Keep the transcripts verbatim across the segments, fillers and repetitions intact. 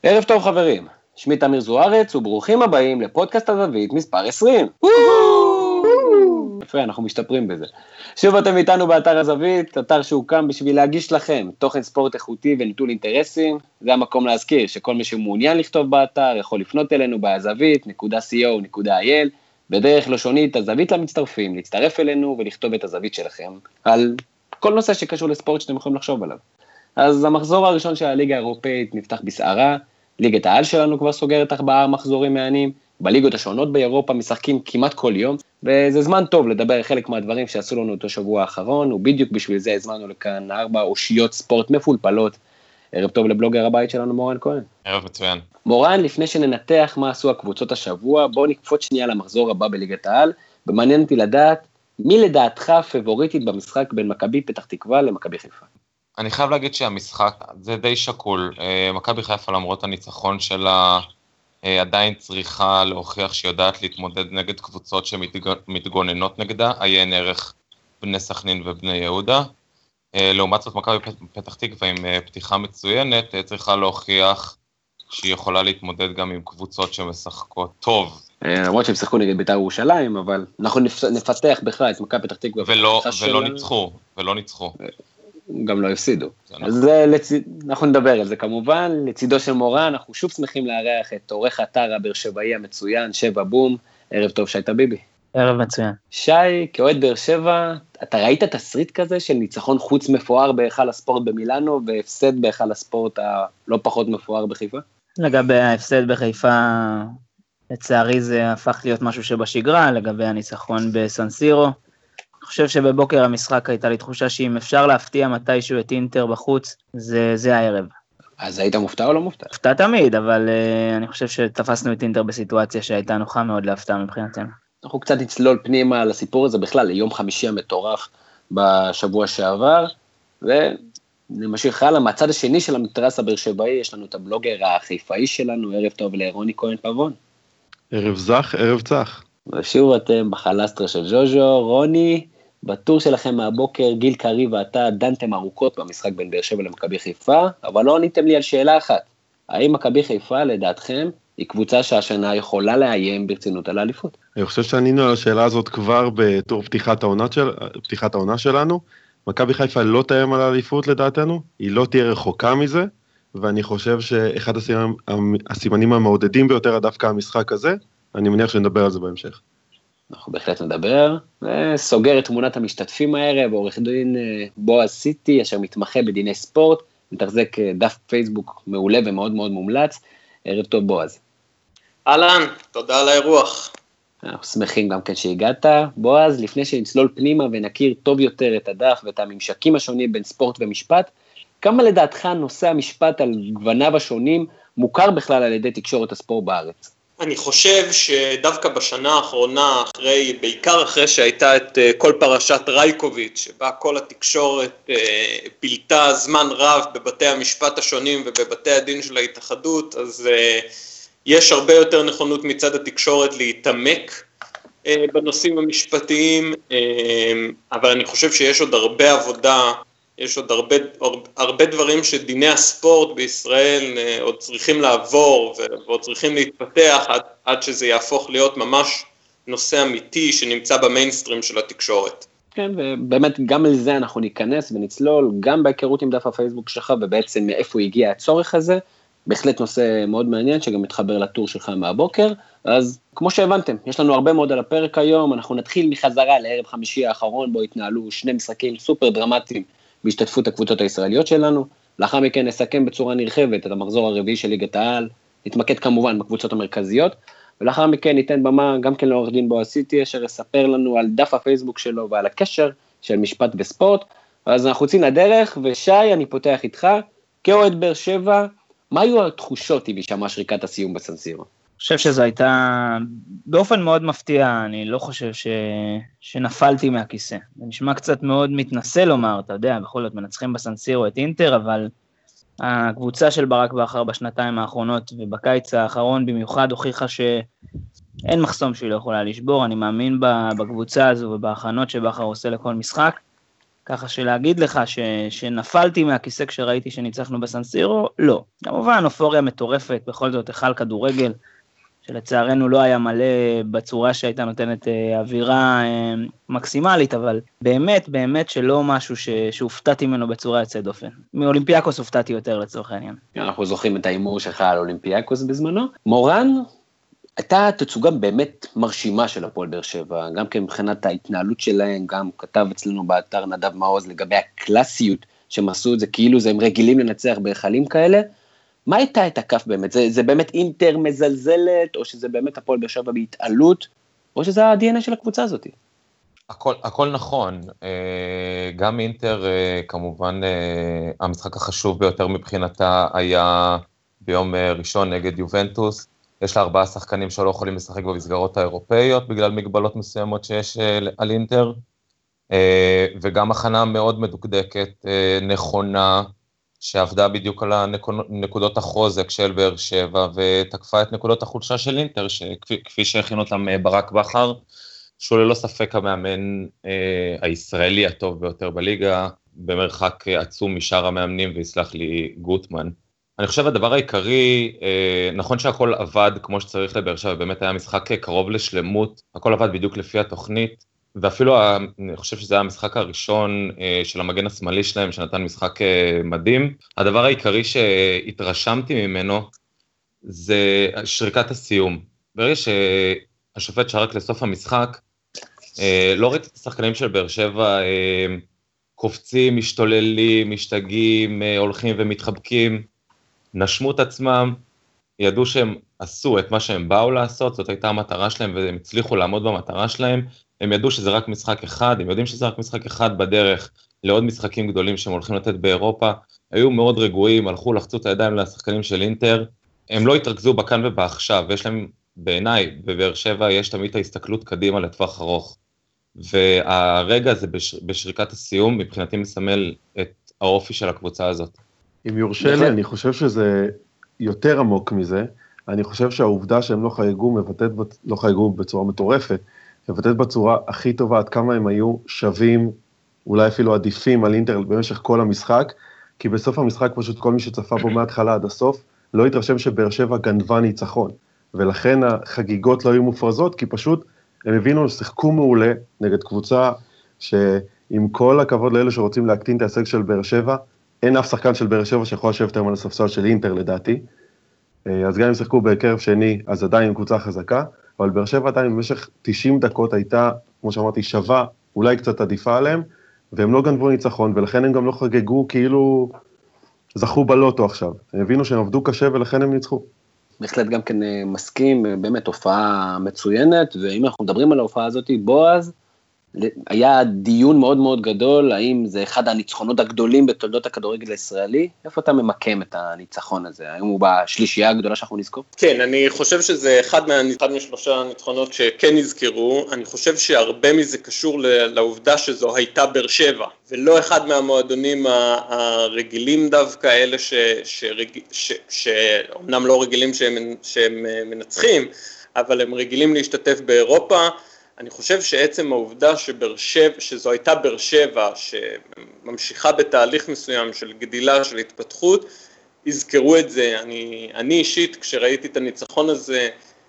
ערב טוב חברים, שמי תמיר זוארץ וברוכים הבאים לפודקאסט הזווית מספר עשרים. יפה, אנחנו משתפרים בזה. שוב אתם איתנו באתר הזווית, אתר שהוקם בשביל להגיש לכם תוכן ספורט איכותי וניטול אינטרסים. זה המקום להזכיר שכל מי שמעוניין לכתוב באתר יכול לפנות אלינו בזווית נקודה סי או נקודה איי אל, בדרך לשונית הזווית למצטרפים, להצטרף אלינו ולכתוב את הזווית שלכם על כל נושא שקשור לספורט שאתם יכולים לחשוב עליו. אז המחזור הראשון של הליגה האירופאית נפתח בסערה, ליגת העל שלנו כבר סוגרת ארבעה מחזורים מעניינים, בליגות השונות באירופה משחקים כמעט כל יום, וזה זמן טוב לדבר חלק מהדברים שעשו לנו אותו שבוע האחרון, ובדיוק בשביל זה הזמנו לכאן ארבע אושיות ספורט מפולפלות. ערב טוב לבלוגר הבית שלנו מורן כהן. ערב מצוין. מורן, לפני שננתח מה עשו הקבוצות השבוע, בואו נקפוץ שנייה למחזור הבא בליגת העל, במעניין אותי לדעת, מי לדעתך פבוריטית במשחק בין מכבי פתח תקווה למכבי חיפה? אני חייב להגיד שהמשחק זה די שקול, מכבי חיפה למרות הניצחון שלה עדיין צריכה להוכיח שהיא יודעת להתמודד נגד קבוצות שמתגוננות נגדה, עיין ערך בני סכנין ובני יהודה, לעומת זאת מכבי פתח תקווה עם פתיחה מצוינת צריכה להוכיח שהיא יכולה להתמודד גם עם קבוצות שמשחקות טוב. למרות שהם שחקו נגד בית"ר ירושלים, אבל אנחנו נפתח בכלל את מכבי פתח תקווה. ולא ניצחו, ולא ניצחו. גם לא יפסידו. אז לצ... אנחנו נדבר על זה כמובן, לצידו של מורן, אנחנו שוב שמחים לארח את עורך האתר הבאר שבעי המצוין, שבע בום. ערב טוב שי טביבי. ערב מצוין. שי, כאוהד באר שבע, אתה ראית תסריט כזה של ניצחון חוץ מפואר בהיכל הספורט במילאנו, והפסד בהיכל הספורט הלא פחות מפואר בחיפה? לגבי ההפסד בחיפה, לצערי זה הפך להיות משהו שבשגרה, לגבי הניצחון בסנסירו, אני חושב שבבוקר המשחק הייתה לי תחושה שאם אפשר להפתיע מתישהו את אינטר בחוץ, זה, זה הערב. אז היית מופתע או לא מופתע? מופתע תמיד, אבל uh, אני חושב שתפסנו את אינטר בסיטואציה שהייתה נוחה מאוד להפתעה מבחינתנו. אנחנו קצת נצלול פנימה לסיפור הזה בכלל, ליום חמישי המטורף בשבוע שעבר, ונמשיך הלאה, מהצד השני של המתרס הבאר שבעי, יש לנו את הבלוגר החיפאי שלנו, ערב טוב לרוני כהן פבון. ערב זך, ערב צח. ושוב אתם בחלסטרה של ז'וז'ו, רוני, בטור שלכם מהבוקר, גיל קרי ואתה דנתם ארוכות במשחק בין באר שבע למכבי חיפה, אבל לא עניתם לי על שאלה אחת. האם מכבי חיפה, לדעתכם, היא קבוצה שהשנה יכולה לאיים ברצינות על האליפות? אני חושב שענינו על השאלה הזאת כבר בתור פתיחת העונה, של, פתיחת העונה שלנו. מכבי חיפה לא תאיים על האליפות לדעתנו, היא לא תהיה רחוקה מזה, ואני חושב שאחד הסימנים, הסימנים המעודדים ביותר דווקא המשחק הזה, אני מניח שנדבר על זה בהמשך. אנחנו בהחלט נדבר, וסוגר את תמונת המשתתפים הערב, עורך דין בועז סיטי, אשר מתמחה בדיני ספורט, מתחזק דף פייסבוק מעולה ומאוד מאוד מומלץ. ערב טוב בועז. אהלן, תודה על האירוח. אנחנו שמחים גם כן שהגעת. בועז, לפני שנצלול פנימה ונכיר טוב יותר את הדף ואת הממשקים השונים בין ספורט ומשפט, כמה לדעתך נושא המשפט על גווניו השונים מוכר בכלל על ידי תקשורת הספורט בארץ? אני חושב שדווקא בשנה האחרונה, אחרי, בעיקר אחרי שהייתה את כל פרשת רייקוביץ', שבה כל התקשורת פילתה זמן רב בבתי המשפט השונים ובבתי הדין של ההתאחדות, אז יש הרבה יותר נכונות מצד התקשורת להתעמק בנושאים המשפטיים, אבל אני חושב שיש עוד הרבה עבודה, יש עוד הרבה, הרבה דברים שדיני הספורט בישראל עוד צריכים לעבור ועוד צריכים להתפתח עד, עד שזה יהפוך להיות ממש נושא אמיתי שנמצא במיינסטרים של התקשורת. כן, ובאמת גם לזה אנחנו ניכנס ונצלול, גם בהיכרות עם דף הפייסבוק שלך, ובעצם מאיפה הגיע הצורך הזה, בהחלט נושא מאוד מעניין שגם מתחבר לטור שלך מהבוקר. אז כמו שהבנתם, יש לנו הרבה מאוד על הפרק היום, אנחנו נתחיל מחזרה לערב חמישי האחרון, בו התנהלו שני משחקים סופר דרמטיים, בהשתתפות הקבוצות הישראליות שלנו, לאחר מכן נסכם בצורה נרחבת את המחזור הרביעי של ליגת העל, נתמקד כמובן בקבוצות המרכזיות, ולאחר מכן ניתן במה גם כן לעורך דין בועז סיטי, אשר יספר לנו על דף הפייסבוק שלו ועל הקשר של משפט וספורט. אז אנחנו יוצאים לדרך, ושי, אני פותח איתך, כאוהד באר שבע, מה היו התחושות אם יישמע שריקת הסיום בסנסירו? אני חושב שזו הייתה, באופן מאוד מפתיע, אני לא חושב ש... שנפלתי מהכיסא. זה נשמע קצת מאוד מתנסה לומר, אתה יודע, בכל זאת מנצחים בסנסירו את אינטר, אבל הקבוצה של ברק בכר בשנתיים האחרונות, ובקיץ האחרון במיוחד הוכיחה שאין מחסום שהיא לא יכולה לשבור. אני מאמין בקבוצה הזו ובהכנות שבכר עושה לכל משחק, ככה שלהגיד לך ש, שנפלתי מהכיסא כשראיתי שניצחנו בסנסירו, לא. כמובן, אופוריה מטורפת, בכל זאת, החל כדורגל, שלצערנו לא היה מלא בצורה שהייתה נותנת אה, אווירה אה, מקסימלית, אבל באמת, באמת שלא משהו ש, שהופתעתי ממנו בצורה יוצאת דופן. מאולימפיאקוס הופתעתי יותר לצורך העניין. אנחנו זוכרים את האימור שלך על אולימפיאקוס בזמנו. מורן, הייתה תצוגה באמת מרשימה של הפועל באר שבע, גם כן מבחינת ההתנהלות שלהם, גם כתב אצלנו באתר נדב מעוז לגבי הקלאסיות שהם עשו את זה, כאילו זה הם רגילים לנצח בהיכלים כאלה. מה הייתה את הכף באמת? זה, זה באמת אינטר מזלזלת, או שזה באמת הפועל באר שבע בהתעלות, או שזה ה-די אן איי של הקבוצה הזאת? הכל, הכל נכון, גם אינטר כמובן המשחק החשוב ביותר מבחינתה היה ביום ראשון נגד יובנטוס, יש לה ארבעה שחקנים שלא יכולים לשחק במסגרות האירופאיות, בגלל מגבלות מסוימות שיש על אינטר, וגם הכנה מאוד מדוקדקת, נכונה, שעבדה בדיוק על נקודות החוזק של באר שבע, ותקפה את נקודות החולשה של אינטר, שכפי שהכין אותם ברק בכר, שהוא ללא ספק המאמן הישראלי הטוב ביותר בליגה, במרחק עצום משאר המאמנים, ויסלח לי גוטמן. אני חושב הדבר העיקרי, נכון שהכל עבד כמו שצריך לבאר שבע, באמת היה משחק קרוב לשלמות, הכל עבד בדיוק לפי התוכנית, ואפילו אני חושב שזה היה המשחק הראשון של המגן השמאלי שלהם, שנתן משחק מדהים. הדבר העיקרי שהתרשמתי ממנו, זה שריקת הסיום. ברגע שהשופט שרק לסוף המשחק, לא ראיתי את השחקנים של באר שבע, קופצים, משתוללים, משתגעים, הולכים ומתחבקים, נשמו את עצמם, ידעו שהם עשו את מה שהם באו לעשות, זאת הייתה המטרה שלהם, והם הצליחו לעמוד במטרה שלהם, הם ידעו שזה רק משחק אחד, הם יודעים שזה רק משחק אחד בדרך, לעוד משחקים גדולים שהם הולכים לתת באירופה, היו מאוד רגועים, הלכו לחצו את הידיים לשחקנים של אינטר, הם לא התרכזו בכאן ובעכשיו, ויש להם, בעיניי, בבאר שבע, יש תמיד את ההסתכלות קדימה לטווח ארוך, והרגע הזה בש, בשריקת הסיום, מבחינתי מסמל את האופי של הקבוצה הזאת. אם יורשה לי, אני חושב שזה יותר עמוק מזה, אני חושב שהעובדה שהם לא חייגו, מבטאת, לא חייגו בצורה מטורפת, מבטאת בצורה הכי טובה עד כמה הם היו שווים, אולי אפילו עדיפים על אינטר במשך כל המשחק, כי בסוף המשחק פשוט כל מי שצפה בו מההתחלה עד הסוף, לא התרשם שבאר שבע גנבה ניצחון, ולכן החגיגות לא היו מופרזות, כי פשוט הם הבינו ששיחקו מעולה נגד קבוצה שעם כל הכבוד לאלה שרוצים להקטין את ההישג של באר שבע, אין אף שחקן של באר שבע שיכול לשבת היום על הספסל של אינטר לדעתי, אז גם אם שיחקו בהרכב שני, אז עדיין עם קבוצה חזקה, אבל באר שבע עדיין במשך תשעים דקות הייתה, כמו שאמרתי, שווה, אולי קצת עדיפה עליהם, והם לא גנבו ניצחון, ולכן הם גם לא חגגו כאילו זכו בלוטו עכשיו. הם הבינו שהם עבדו קשה ולכן הם ניצחו. בהחלט גם כן מסכים, באמת הופעה מצוינת, ואם אנחנו מדברים על ההופעה הזאת, בועז, היה דיון מאוד מאוד גדול, האם זה אחד הניצחונות הגדולים בתולדות הכדורגל הישראלי? איפה אתה ממקם את הניצחון הזה? האם הוא בשלישייה הגדולה שאנחנו נזכור? כן, אני חושב שזה אחד, מה, אחד משלושה הניצחונות שכן נזכרו, אני חושב שהרבה מזה קשור לעובדה שזו הייתה באר שבע, ולא אחד מהמועדונים הרגילים דווקא, אלה ש, שרג, ש, שאומנם לא רגילים שהם, שהם מנצחים, אבל הם רגילים להשתתף באירופה. אני חושב שעצם העובדה שבאר שבע, שזו הייתה באר שבע, שממשיכה בתהליך מסוים של גדילה, של התפתחות, יזכרו את זה. אני, אני אישית, כשראיתי את הניצחון הזה,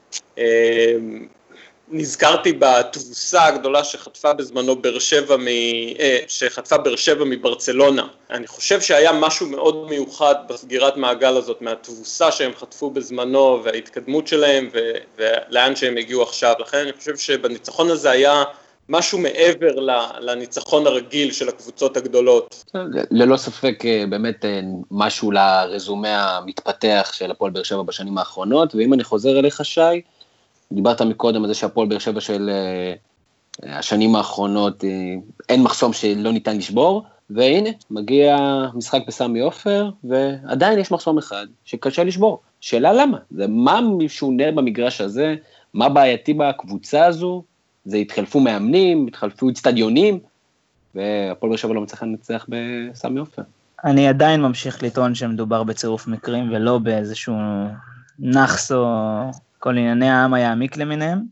נזכרתי בתבוסה הגדולה שחטפה בזמנו באר שבע, מ, שחטפה באר שבע מברצלונה. אני חושב שהיה משהו מאוד מיוחד בסגירת מעגל הזאת, מהתבוסה שהם חטפו בזמנו, וההתקדמות שלהם, ו, ולאן שהם הגיעו עכשיו. לכן אני חושב שבניצחון הזה היה משהו מעבר לניצחון הרגיל של הקבוצות הגדולות. ללא ספק באמת משהו לרזומה המתפתח של הפועל באר שבע בשנים האחרונות, ואם אני חוזר אליך שי, דיברת מקודם על זה שהפועל באר שבע של uh, השנים האחרונות, uh, אין מחסום שלא ניתן לשבור, והנה, מגיע משחק בסמי עופר, ועדיין יש מחסום אחד שקשה לשבור. שאלה למה? זה מה משונה במגרש הזה, מה בעייתי בקבוצה הזו, זה התחלפו מאמנים, התחלפו אצטדיונים, והפועל באר שבע לא מצליחה לנצח בסמי עופר. אני עדיין ממשיך לטעון שמדובר בצירוף מקרים, ולא באיזשהו נחס או כל ענייני העם היעמיק למיניהם.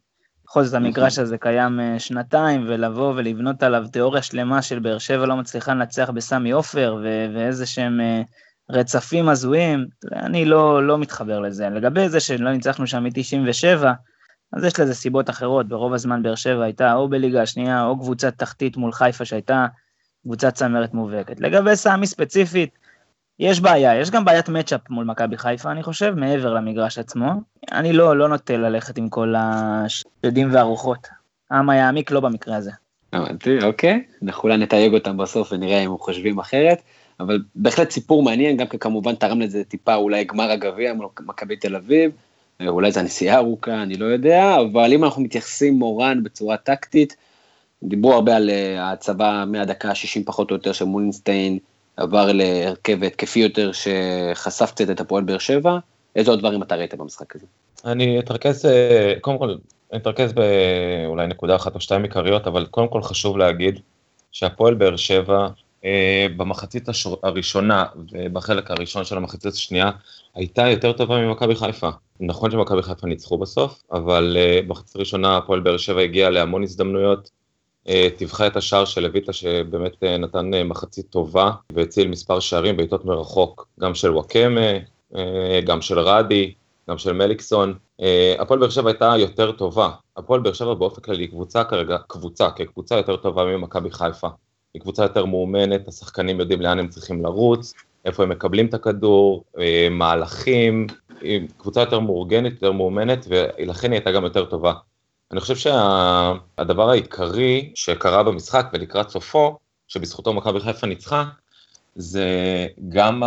בכל זאת המגרש הזה קיים שנתיים, ולבוא ולבנות עליו תיאוריה שלמה של באר שבע לא מצליחה לנצח בסמי עופר, ואיזה שהם רצפים הזויים, אני לא, לא מתחבר לזה. לגבי זה שלא ניצחנו שם מ-תשעים ושבע, אז יש לזה סיבות אחרות, ברוב הזמן באר שבע הייתה או בליגה השנייה, או קבוצת תחתית מול חיפה שהייתה קבוצת צמרת מובהקת. לגבי סמי ספציפית, יש בעיה, יש גם בעיית מצ'אפ מול מכבי חיפה, אני חושב, מעבר למגרש עצמו. אני לא, לא נוטה ללכת עם כל השדים והרוחות. העם יעמיק לא במקרה הזה. אמרתי, אוקיי, אנחנו אולי נתייג אותם בסוף ונראה אם הם חושבים אחרת, אבל בהחלט סיפור מעניין, גם כמובן תרם לזה טיפה אולי גמר הגביע מול מכבי תל אביב, אולי זה הנסיעה ארוכה, אני לא יודע, אבל אם אנחנו מתייחסים מורן בצורה טקטית, דיברו הרבה על הצבא מהדקה ה-שישים פחות או יותר של מולינסטיין, עבר להרכב התקפי יותר שחשף קצת את הפועל באר שבע, איזה עוד דברים אתה ראית במשחק הזה? אני אתרכז, קודם כל, אני אתרכז באולי נקודה אחת או שתיים עיקריות, אבל קודם כל חשוב להגיד שהפועל באר שבע במחצית הראשונה ובחלק הראשון של המחצית השנייה הייתה יותר טובה ממכבי חיפה. נכון שמכבי חיפה ניצחו בסוף, אבל במחצית הראשונה הפועל באר שבע הגיע להמון הזדמנויות, תבחה את השער של לויטה שבאמת נתן מחצית טובה והציל מספר שערים בעיטות מרחוק, גם של וואקמה, גם של רדי, גם של מליקסון. הפועל באר שבע הייתה יותר טובה. הפועל באר שבע באופן כללי קבוצה כרגע, קבוצה, כקבוצה יותר טובה ממכבי חיפה. היא קבוצה יותר מאומנת, השחקנים יודעים לאן הם צריכים לרוץ, איפה הם מקבלים את הכדור, מהלכים, היא קבוצה יותר מאורגנת, יותר מאומנת, ולכן היא הייתה גם יותר טובה. אני חושב שהדבר העיקרי שקרה במשחק ולקראת סופו, שבזכותו מכבי חיפה ניצחה, זה גם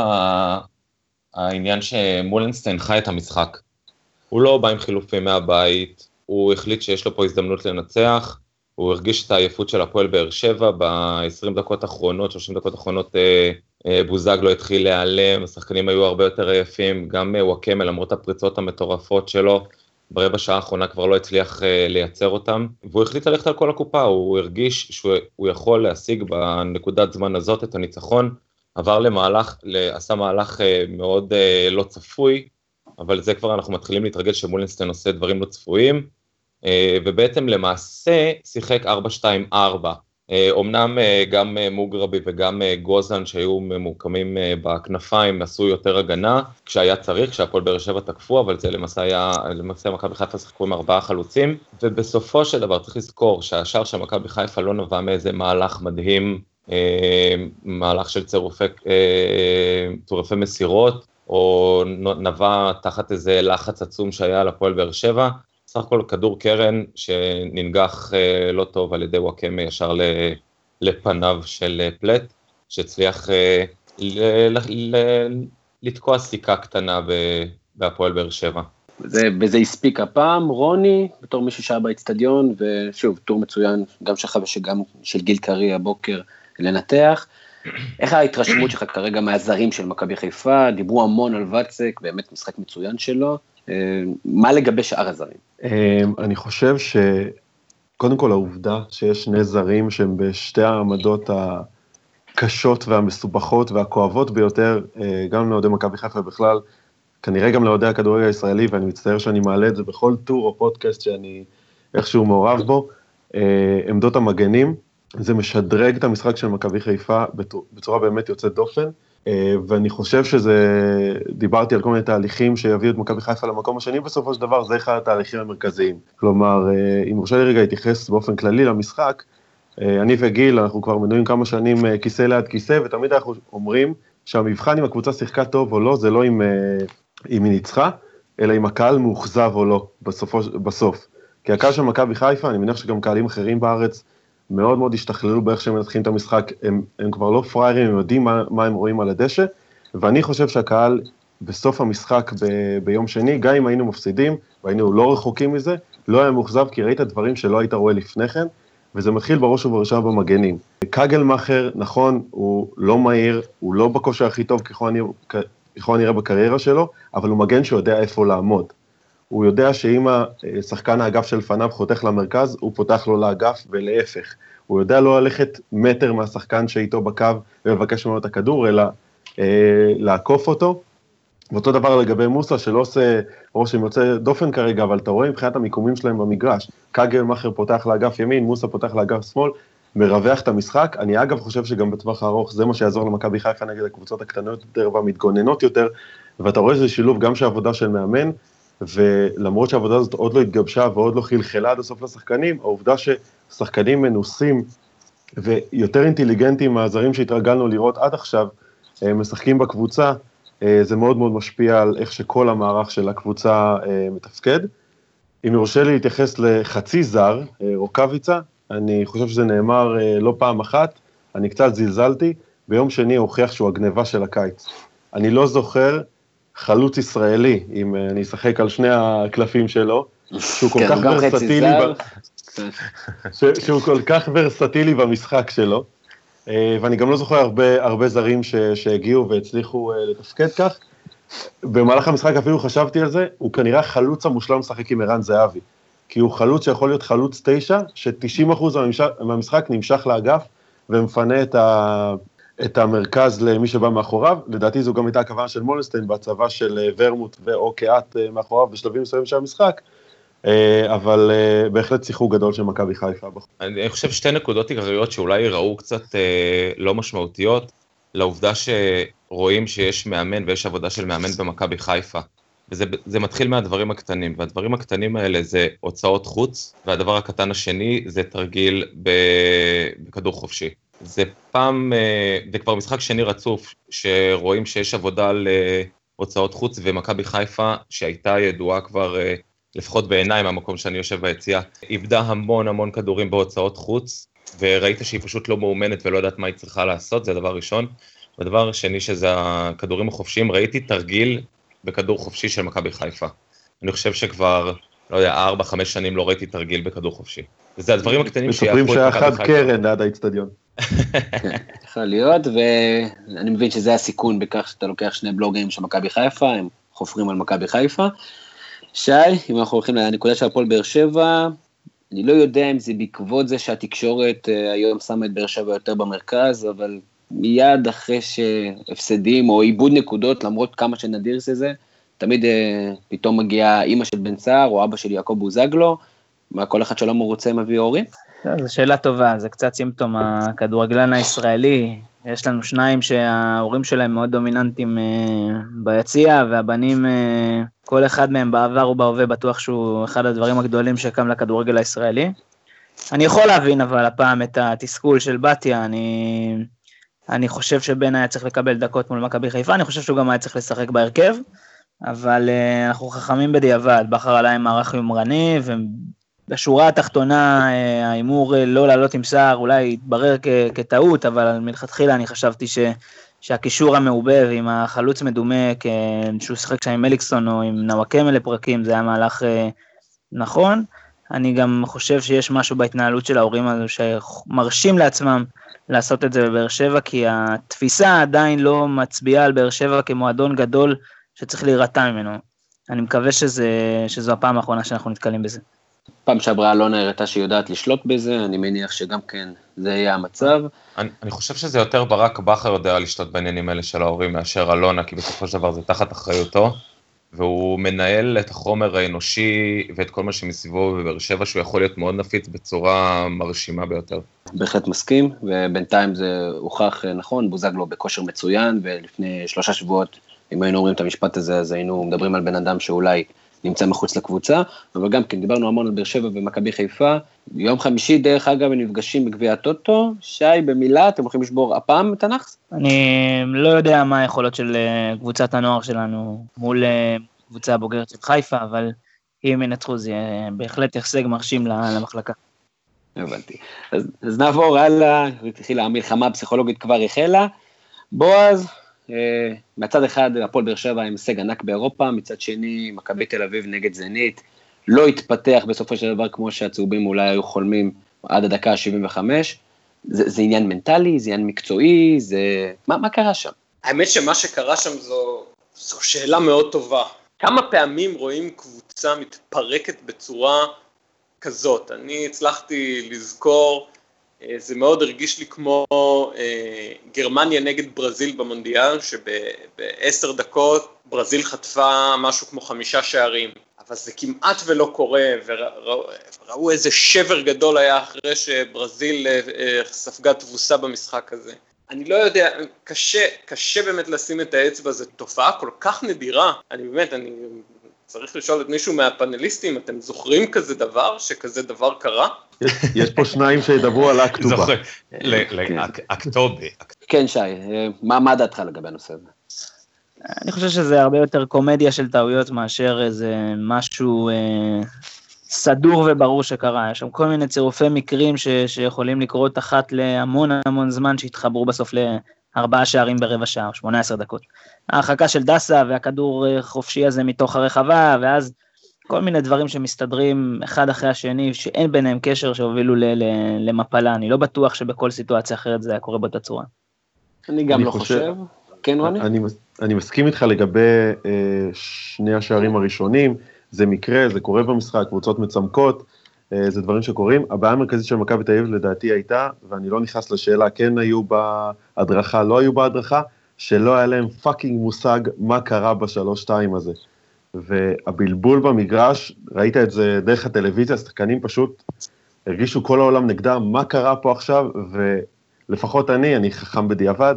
העניין שמולנסטיין חי את המשחק. הוא לא בא עם חילופים מהבית, הוא החליט שיש לו פה הזדמנות לנצח, הוא הרגיש את העייפות של הפועל באר שבע, ב-עשרים דקות האחרונות, שלושים דקות האחרונות בוזגלו התחיל להיעלם, השחקנים היו הרבה יותר עייפים, גם וואקמה למרות הפריצות המטורפות שלו, ברבע שעה האחרונה כבר לא הצליח לייצר אותם, והוא החליט ללכת על כל הקופה, הוא הרגיש שהוא יכול להשיג בנקודת זמן הזאת את הניצחון, עבר למהלך, עשה מהלך מאוד לא צפוי, אבל זה כבר אנחנו מתחילים להתרגל שמולנסטיין עושה דברים לא צפויים, ובעצם למעשה שיחק ארבע שתיים ארבע, אמנם גם מוגרבי וגם גוזן שהיו ממוקמים בכנפיים עשו יותר הגנה, כשהיה צריך, כשהפועל באר שבע תקפו, אבל זה למעשה היה, למעשה מכבי חיפה שיחקו עם ארבעה חלוצים, ובסופו של דבר צריך לזכור שהשאר של מכבי חיפה לא נבע מאיזה מהלך מדהים, מהלך של צירופי, צירופי מסירות, או נבע תחת איזה לחץ עצום שהיה על הפועל באר שבע, סך הכל כדור קרן שננגח לא טוב על ידי וואקמה ישר לפניו של פלט, שהצליח לתקוע סיכה קטנה בהפועל באר שבע. וזה הספיק הפעם, רוני, בתור מישהו שהיה באצטדיון, ושוב, טור מצוין, גם שלך ושגם של גיל קרי הבוקר לנתח. איך ההתרשמות שלך כרגע מהזרים של מכבי חיפה? דיברו המון על וצק, באמת משחק מצוין שלו. מה לגבי שאר הזרים? אני חושב שקודם כל העובדה שיש שני זרים שהם בשתי העמדות הקשות והמסובכות והכואבות ביותר, גם לעודי מכבי חיפה בכלל, כנראה גם לעודי הכדורגל הישראלי, ואני מצטער שאני מעלה את זה בכל טור או פודקאסט שאני איכשהו מעורב בו, עמדות המגנים, זה משדרג את המשחק של מכבי חיפה בצורה באמת יוצאת דופן, ואני חושב שזה, דיברתי על כל מיני תהליכים שיביאו את מכבי חיפה למקום השני, בסופו של דבר זה אחד התהליכים המרכזיים. כלומר, אם רוצה לי רגע להתייחס באופן כללי למשחק, אני וגיל, אנחנו כבר מנויים כמה שנים כיסא ליד כיסא, ותמיד אנחנו אומרים שהמבחן אם הקבוצה שיחקה טוב או לא, זה לא אם, אם היא ניצחה, אלא אם הקהל מאוכזב או לא, בסופו, בסוף. כי הקהל של מכבי חיפה, אני מניח שגם קהלים אחרים בארץ, מאוד מאוד השתכללו באיך שהם מנתחים את המשחק, הם, הם כבר לא פריירים, הם יודעים מה, מה הם רואים על הדשא, ואני חושב שהקהל בסוף המשחק ב, ביום שני, גם אם היינו מפסידים, והיינו לא רחוקים מזה, לא היה מאוכזב, כי ראית דברים שלא היית רואה לפני כן, וזה מתחיל בראש ובראשונה במגנים. קגלמאכר, נכון, הוא לא מהיר, הוא לא בכושר הכי טוב ככל הנראה בקריירה שלו, אבל הוא מגן שיודע איפה לעמוד. הוא יודע שאם השחקן האגף של פניו חותך למרכז, הוא פותח לו לאגף ולהפך. הוא יודע לא ללכת מטר מהשחקן שאיתו בקו ולבקש ממנו את הכדור, אלא אה, לעקוף אותו. ואותו דבר לגבי מוסה, שלא עושה רושם יוצא דופן כרגע, אבל אתה רואה מבחינת המיקומים שלהם במגרש, קגלמאכר פותח לאגף ימין, מוסה פותח לאגף שמאל, מרווח את המשחק. אני אגב חושב שגם בטווח הארוך זה מה שיעזור למכבי חיפה נגד הקבוצות הקטנות יותר והמתגוננות יותר, ואתה רואה שזה שילוב גם שהעבודה של מאמן, ולמרות שהעבודה הזאת עוד לא התגבשה ועוד לא חלחלה עד הסוף לשחקנים, העובדה ששחקנים מנוסים ויותר אינטליגנטים מהזרים שהתרגלנו לראות עד עכשיו, משחקים בקבוצה, זה מאוד מאוד משפיע על איך שכל המערך של הקבוצה מתפקד. אם יורשה לי להתייחס לחצי זר, רוקאביצה, אני חושב שזה נאמר לא פעם אחת, אני קצת זלזלתי, ביום שני הוכיח שהוא הגניבה של הקיץ. אני לא זוכר חלוץ ישראלי, אם אני אשחק על שני הקלפים שלו, שהוא כל כך ורסטילי, שהוא כל כך ורסטילי במשחק שלו, ואני גם לא זוכר הרבה, הרבה זרים ש, שהגיעו והצליחו לתפקד כך. במהלך המשחק אפילו חשבתי על זה, הוא כנראה חלוץ המושלם לשחק עם ערן זהבי, כי הוא חלוץ שיכול להיות חלוץ תשע, ש-תשעים אחוז מהמשחק נמשך לאגף, ומפנה את, ה, את המרכז למי שבא מאחוריו. לדעתי זו גם הייתה הכוונה של מולסטיין, בהצבה של ורמוט ואו קאט מאחוריו, בשלבים מסוימים של המשחק, אבל בהחלט שיחוק גדול של מכבי חיפה. אני חושב שתי נקודות עיקריות שאולי יראו קצת לא משמעותיות, לעובדה שרואים שיש מאמן ויש עבודה של מאמן במכבי חיפה, וזה זה מתחיל מהדברים הקטנים, והדברים הקטנים האלה זה הוצאות חוץ, והדבר הקטן השני זה תרגיל בכדור חופשי. זה פעם, זה כבר משחק שני רצוף, שרואים שיש עבודה להוצאות חוץ, ומכבי חיפה שהייתה ידועה כבר לפחות בעיניי מהמקום שאני יושב ביציאה, איבדה המון המון כדורים בהוצאות חוץ, וראית שהיא פשוט לא מאומנת ולא יודעת מה היא צריכה לעשות, זה הדבר ראשון. והדבר השני שזה הכדורים החופשיים, ראיתי תרגיל בכדור חופשי של מכבי חיפה. אני חושב שכבר, לא יודע, ארבע, חמש שנים לא ראיתי תרגיל בכדור חופשי. וזה הדברים הקטנים שיהפכו את מכבי חיפה. מספרים שאחד קרן עד האצטדיון. יכול להיות, ואני מבין שזה הסיכון בכך שאתה לוקח שני בלוגרים של מכבי חיפה, הם חופרים על מכבי חיפה. שי, אם אנחנו הולכים לנקודה של הפועל באר שבע, אני לא יודע אם זה בעקבות זה שהתקשורת היום שמה את באר שבע יותר במרכז, אבל מיד אחרי שהפסדים או איבוד נקודות, למרות כמה שנדיר זה, תמיד פתאום מגיעה אימא של בן סער או אבא של יעקב בוזגלו, מה כל אחד שלא מרוצה מביא הורים? זו שאלה טובה, זה קצת סימפטום הכדורגלן הישראלי, יש לנו שניים שההורים שלהם מאוד דומיננטיים ביציע, והבנים, כל אחד מהם בעבר ובהווה בטוח שהוא אחד הדברים הגדולים שקם לכדורגל הישראלי. אני יכול להבין אבל הפעם את התסכול של בתיה, אני, אני חושב שבן היה צריך לקבל דקות מול מכבי חיפה, אני חושב שהוא גם היה צריך לשחק בהרכב, אבל אנחנו חכמים בדיעבד, בחר עליי מערך יומרני, ובשורה התחתונה האימור לא לעלות עם סער, אולי יתברר כ- כטעות, אבל מלכתחילה אני חשבתי ש... שהקישור המעובב עם החלוץ מדומה, שהוא שחק שם עם מליקסון או עם נוואקמה לפרקים, זה היה מהלך נכון. אני גם חושב שיש משהו בהתנהלות של ההורים הזו, שמרשים לעצמם לעשות את זה בבאר שבע, כי התפיסה עדיין לא מצביעה על באר שבע כמועדון גדול, שצריך להירתע ממנו. אני מקווה שזה, שזו הפעם האחרונה שאנחנו נתקלים בזה. פעם שעברה אלונה הראתה שיודעת לשלוט בזה, אני מניח שגם כן זה יהיה המצב. אני, אני חושב שזה יותר ברק בכר יודע לשלוט בעניינים האלה של ההורים מאשר אלונה, כי בסופו של דבר זה תחת אחריותו, והוא מנהל את החומר האנושי ואת כל מה שמסביבו בבאר שבע, שהוא יכול להיות מאוד נפיץ בצורה מרשימה ביותר. בהחלט מסכים, ובינתיים זה הוכח נכון, בוזגלו בכושר מצוין, ולפני שלושה שבועות, אם היינו אומרים את המשפט הזה, אז היינו מדברים על בן אדם שאולי נמצא מחוץ לקבוצה, אבל גם כן, דיברנו המון על באר שבע ומכבי חיפה, יום חמישי דרך אגב הם נפגשים בגביע הטוטו, שי במילה, אתם הולכים לשבור הפעם את הנכס? אני לא יודע מה היכולות של קבוצת הנוער שלנו מול קבוצה הבוגרת של חיפה, אבל אם ינצחו זה בהחלט יחסג מרשים למחלקה. הבנתי. אז, אז נעבור הלאה, התחילה המלחמה הפסיכולוגית כבר החלה, בועז, מצד אחד הפועל באר שבע עם הישג ענק באירופה, מצד שני מכבי תל אביב נגד זנית, לא התפתח בסופו של דבר כמו שהצהובים אולי היו חולמים עד הדקה ה-שבעים וחמש, זה, זה עניין מנטלי, זה עניין מקצועי, זה... מה, מה קרה שם? האמת שמה שקרה שם זו, זו שאלה מאוד טובה. כמה פעמים רואים קבוצה מתפרקת בצורה כזאת? אני הצלחתי לזכור זה מאוד הרגיש לי כמו אה, גרמניה נגד ברזיל במונדיאל, שבעשר דקות ברזיל חטפה משהו כמו חמישה שערים, אבל זה כמעט ולא קורה, וראו איזה שבר גדול היה אחרי שברזיל אה, ספגה תבוסה במשחק הזה. אני לא יודע, קשה, קשה באמת לשים את האצבע, זו תופעה כל כך נדירה, אני באמת, אני צריך לשאול את מישהו מהפאנליסטים, אתם זוכרים כזה דבר, שכזה דבר קרה? יש פה שניים שידברו על הכתובה. זוכר, אקטובי. כן, שי, מה דעתך לגבי הנושא הזה? אני חושב שזה הרבה יותר קומדיה של טעויות, מאשר איזה משהו סדור וברור שקרה. יש שם כל מיני צירופי מקרים שיכולים לקרות אחת להמון המון זמן, שהתחברו בסוף לארבעה שערים ברבע שעה, שמונה עשרה דקות. ההרחקה של דסה והכדור חופשי הזה מתוך הרחבה, ואז כל מיני דברים שמסתדרים אחד אחרי השני, שאין ביניהם קשר שהובילו למפלה. אני לא בטוח שבכל סיטואציה אחרת זה היה קורה באותה צורה. אני גם לא חושב. כן, רוני? אני מסכים איתך לגבי שני השערים הראשונים, זה מקרה, זה קורה במשחק, קבוצות מצמקות, זה דברים שקורים. הבעיה המרכזית של מכבי תל אביב לדעתי הייתה, ואני לא נכנס לשאלה, כן היו בהדרכה, לא היו בהדרכה, שלא היה להם פאקינג מושג מה קרה בשלוש שתיים הזה. והבלבול במגרש, ראית את זה דרך הטלוויזיה, השחקנים פשוט הרגישו כל העולם נגדם, מה קרה פה עכשיו, ולפחות אני, אני חכם בדיעבד,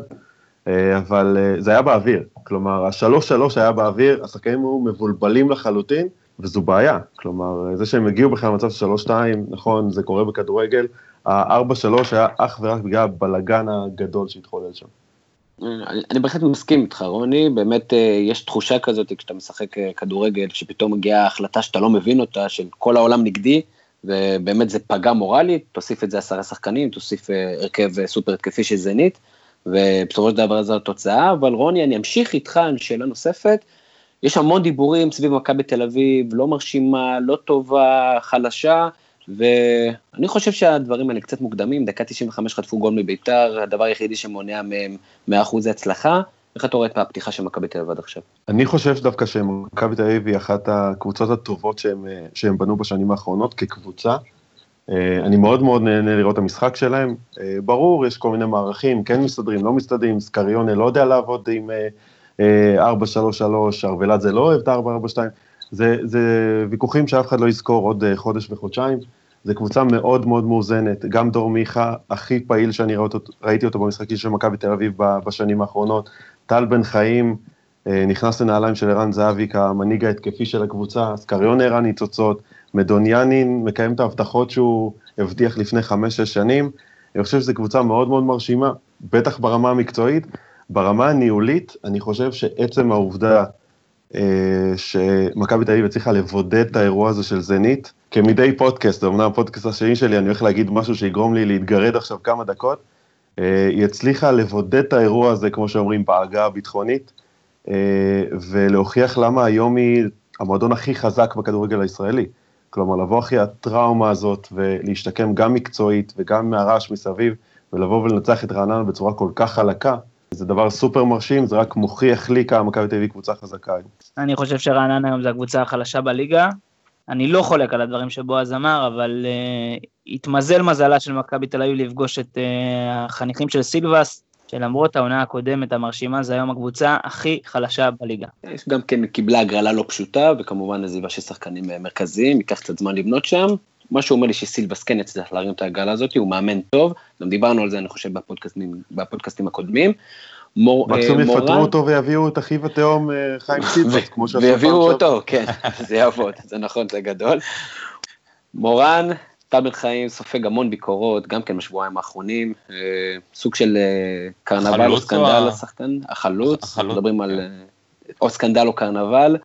אבל זה היה באוויר, כלומר, השלוש שלוש היה באוויר, השחקנים היו מבולבלים לחלוטין, וזו בעיה, כלומר, זה שהם הגיעו בכלל למצב של שלוש שתיים, נכון, זה קורה בכדורגל, ה-ארבע שלוש היה אך ורק בגלל הבלגן הגדול שהתחולל שם. אני, אני בהחלט מסכים איתך, רוני, באמת יש תחושה כזאת, כשאתה משחק כדורגל, שפתאום מגיעה החלטה שאתה לא מבין אותה, של כל העולם נגדי, ובאמת זה פגע מורלית, תוסיף את זה עשרה שחקנים, תוסיף הרכב סופר התקפי של זנית, ובסופו של דבר זו התוצאה, אבל רוני, אני אמשיך איתך עם שאלה נוספת, יש המון דיבורים סביב מכבי תל אביב, לא מרשימה, לא טובה, חלשה, ואני חושב שהדברים האלה קצת מוקדמים, דקה תשעים וחמש חטפו גול מביתר, הדבר היחידי שמונע מהם מאה אחוז הצלחה, איך אתה רואה את הפתיחה של מכבי תל אביב עד עכשיו? אני חושב דווקא שמכבי תל אביב היא אחת הקבוצות הטובות שהם, שהם בנו בשנים האחרונות כקבוצה, אני מאוד מאוד נהנה לראות את המשחק שלהם, ברור, יש כל מיני מערכים, כן מסתדרים, לא מסתדרים, סקריונה לא יודע לעבוד עם ארבע שלוש שלוש, ארוולד זה לא אוהב את ארבע ארבע שתיים, זה, זה ויכוחים שאף אחד לא יזכור עוד חודש וחודשיים, זה קבוצה מאוד מאוד מאוזנת, גם דור מיכה, הכי פעיל שאני ראיתי, ראיתי אותו במשחקים של מכבי תל אביב בשנים האחרונות, טל בן חיים, נכנס לנעליים של ערן זהבי כמנהיג ההתקפי של הקבוצה, סקריון ערן ניצוצות, מדוניאנין מקיים את ההבטחות שהוא הבטיח לפני חמש שש שנים, אני חושב שזו קבוצה מאוד מאוד מרשימה, בטח ברמה המקצועית, ברמה הניהולית, אני חושב שעצם העובדה שמכבי תל אביב הצליחה לבודד את האירוע הזה של זנית, כמדי פודקאסט, אמנם הפודקאסט השני שלי, אני הולך להגיד משהו שיגרום לי להתגרד עכשיו כמה דקות, היא הצליחה לבודד את האירוע הזה, כמו שאומרים, בהגה הביטחונית, ולהוכיח למה היום היא המועדון הכי חזק בכדורגל הישראלי. כלומר, לבוא אחרי הטראומה הזאת, ולהשתקם גם מקצועית, וגם מהרעש מסביב, ולבוא ולנצח את רעננה בצורה כל כך חלקה, זה דבר סופר מרשים, זה רק מוכיח לי כמה מכבי תל אביב קבוצה חזקה. אני חושב שרעננה היום זה הקבוצה החלשה בליגה, אני לא חולק על הדברים שבועז אמר, אבל uh, התמזל מזלה של מכבי תל אביב לפגוש את uh, החניכים של סילבס, שלמרות העונה הקודמת המרשימה, זה היום הקבוצה הכי חלשה בליגה. יש גם כן קיבלה הגרלה לא פשוטה, וכמובן עזיבה של שחקנים מרכזיים, ייקח קצת זמן לבנות שם, מה שהוא אומר לי שסילבס כן יצליח להרים את הגרלה הזאת, הוא מאמן טוב, גם דיברנו על זה אני חושב בפודקאסטים, בפודקאסטים הקודמים, מקסום יפטרו אותו ויביאו את אחיו התאום חיים סילבס, כמו שעשו פעם ויביאו אותו, כן, זה יעבוד, זה נכון, זה גדול. מורן, טל בן חיים, סופג המון ביקורות, גם כן בשבועיים האחרונים, סוג של קרנבל או סקנדל לשחקן, החלוץ, מדברים על או סקנדל או קרנבל,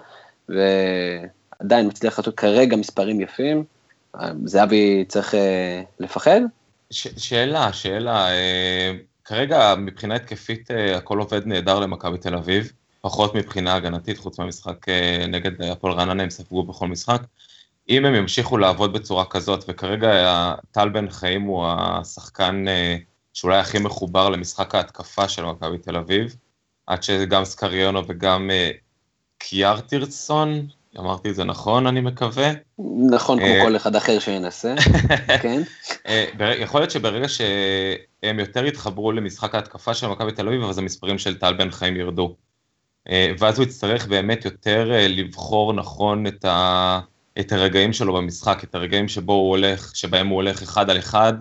ועדיין מצליח לעשות כרגע מספרים יפים, זהבי צריך לפחד? שאלה, שאלה, כרגע מבחינה התקפית הכל עובד נהדר למכבי תל אביב, פחות מבחינה הגנתית, חוץ מהמשחק נגד הפועל רעננה, הם ספגו בכל משחק, אם הם ימשיכו לעבוד בצורה כזאת, וכרגע טל בן חיים הוא השחקן שאולי הכי מחובר למשחק ההתקפה של מכבי תל אביב, עד שגם סקריונו וגם קיארטירסון, אמרתי את זה נכון, אני מקווה. נכון, כמו כל אחד אחר שינסה, כן. יכול להיות שברגע שהם יותר יתחברו למשחק ההתקפה של מכבי תל אביב, אז המספרים של טל בן חיים ירדו. ואז הוא יצטרך באמת יותר לבחור נכון את ה... את הרגעים שלו במשחק, את הרגעים שבו הוא הולך, שבהם הוא הולך אחד על אחד,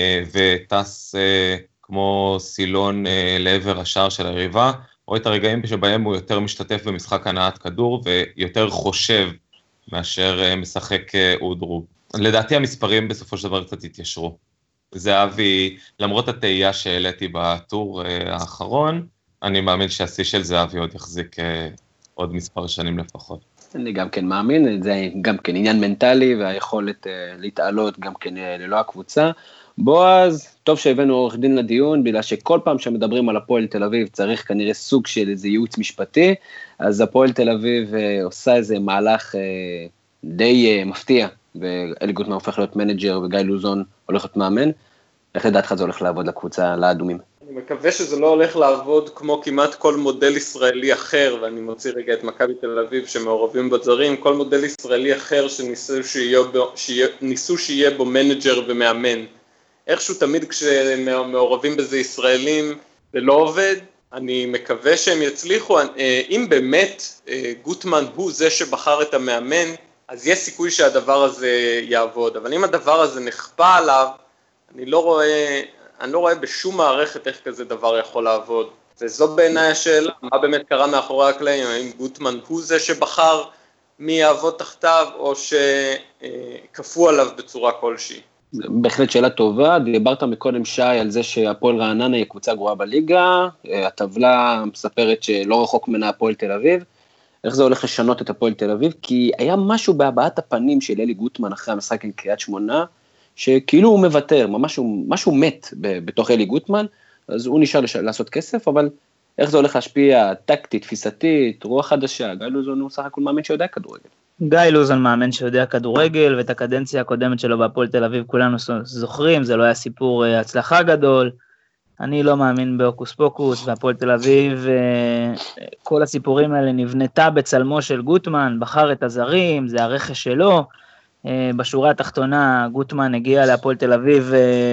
וטס כמו סילון לעבר השער של היריבה, או את הרגעים שבהם הוא יותר משתתף במשחק הנעת כדור, ויותר חושב מאשר משחק אודרו. לדעתי המספרים בסופו של דבר קצת התיישרו. זהבי, למרות התהייה שהעליתי בטור האחרון, אני מאמין שהשיא של זהבי עוד יחזיק עוד מספר שנים לפחות. אני גם כן מאמין, זה גם כן עניין מנטלי, והיכולת uh, להתעלות גם כן uh, ללא הקבוצה. בועז, טוב שהבאנו עורך דין לדיון, בגלל שכל פעם שמדברים על הפועל תל אביב, צריך כנראה סוג של איזה ייעוץ משפטי, אז הפועל תל אביב uh, עושה איזה מהלך uh, די uh, מפתיע, ואלי גוטמן הופך להיות מנג'ר, וגיא לוזון הולך להיות מאמן. איך לדעתך זה הולך לעבוד לקבוצה, לאדומים? אני מקווה שזה לא הולך לעבוד כמו כמעט כל מודל ישראלי אחר, ואני מוציא רגע את מכבי תל אביב שמעורבים בזרים, כל מודל ישראלי אחר שניסו שיהיה בו, שיהיה, ניסו שיהיה בו מנג'ר ומאמן. איכשהו תמיד כשמעורבים בזה ישראלים זה לא עובד, אני מקווה שהם יצליחו, אם באמת גוטמן הוא זה שבחר את המאמן, אז יש סיכוי שהדבר הזה יעבוד, אבל אם הדבר הזה נכפה עליו, אני לא רואה... אני לא רואה בשום מערכת איך כזה דבר יכול לעבוד. וזו בעיניי השאלה, מה באמת קרה מאחורי הקלעים, האם גוטמן הוא זה שבחר מי יעבוד תחתיו, או שכפו עליו בצורה כלשהי. בהחלט שאלה טובה, דיברת מקודם שי על זה שהפועל רעננה היא קבוצה גרועה בליגה, הטבלה מספרת שלא רחוק ממנה הפועל תל אביב, איך זה הולך לשנות את הפועל תל אביב? כי היה משהו בהבעת הפנים של אלי גוטמן אחרי המשחק עם קריית שמונה, שכאילו הוא מוותר, משהו, משהו מת בתוך אלי גוטמן, אז הוא נשאר לש... לעשות כסף, אבל איך זה הולך להשפיע, טקטית, תפיסתית, רוח חדשה, גיא לוזון הוא סך הכל מאמן שיודע כדורגל. גיא לוזון מאמן שיודע כדורגל, ואת הקדנציה הקודמת שלו בהפועל תל אביב כולנו זוכרים, זה לא היה סיפור הצלחה גדול, אני לא מאמין באוקוס פוקוס, והפועל תל אביב, כל הסיפורים האלה נבנתה בצלמו של גוטמן, בחר את הזרים, זה הרכש שלו, בשורה התחתונה גוטמן הגיע להפועל תל אביב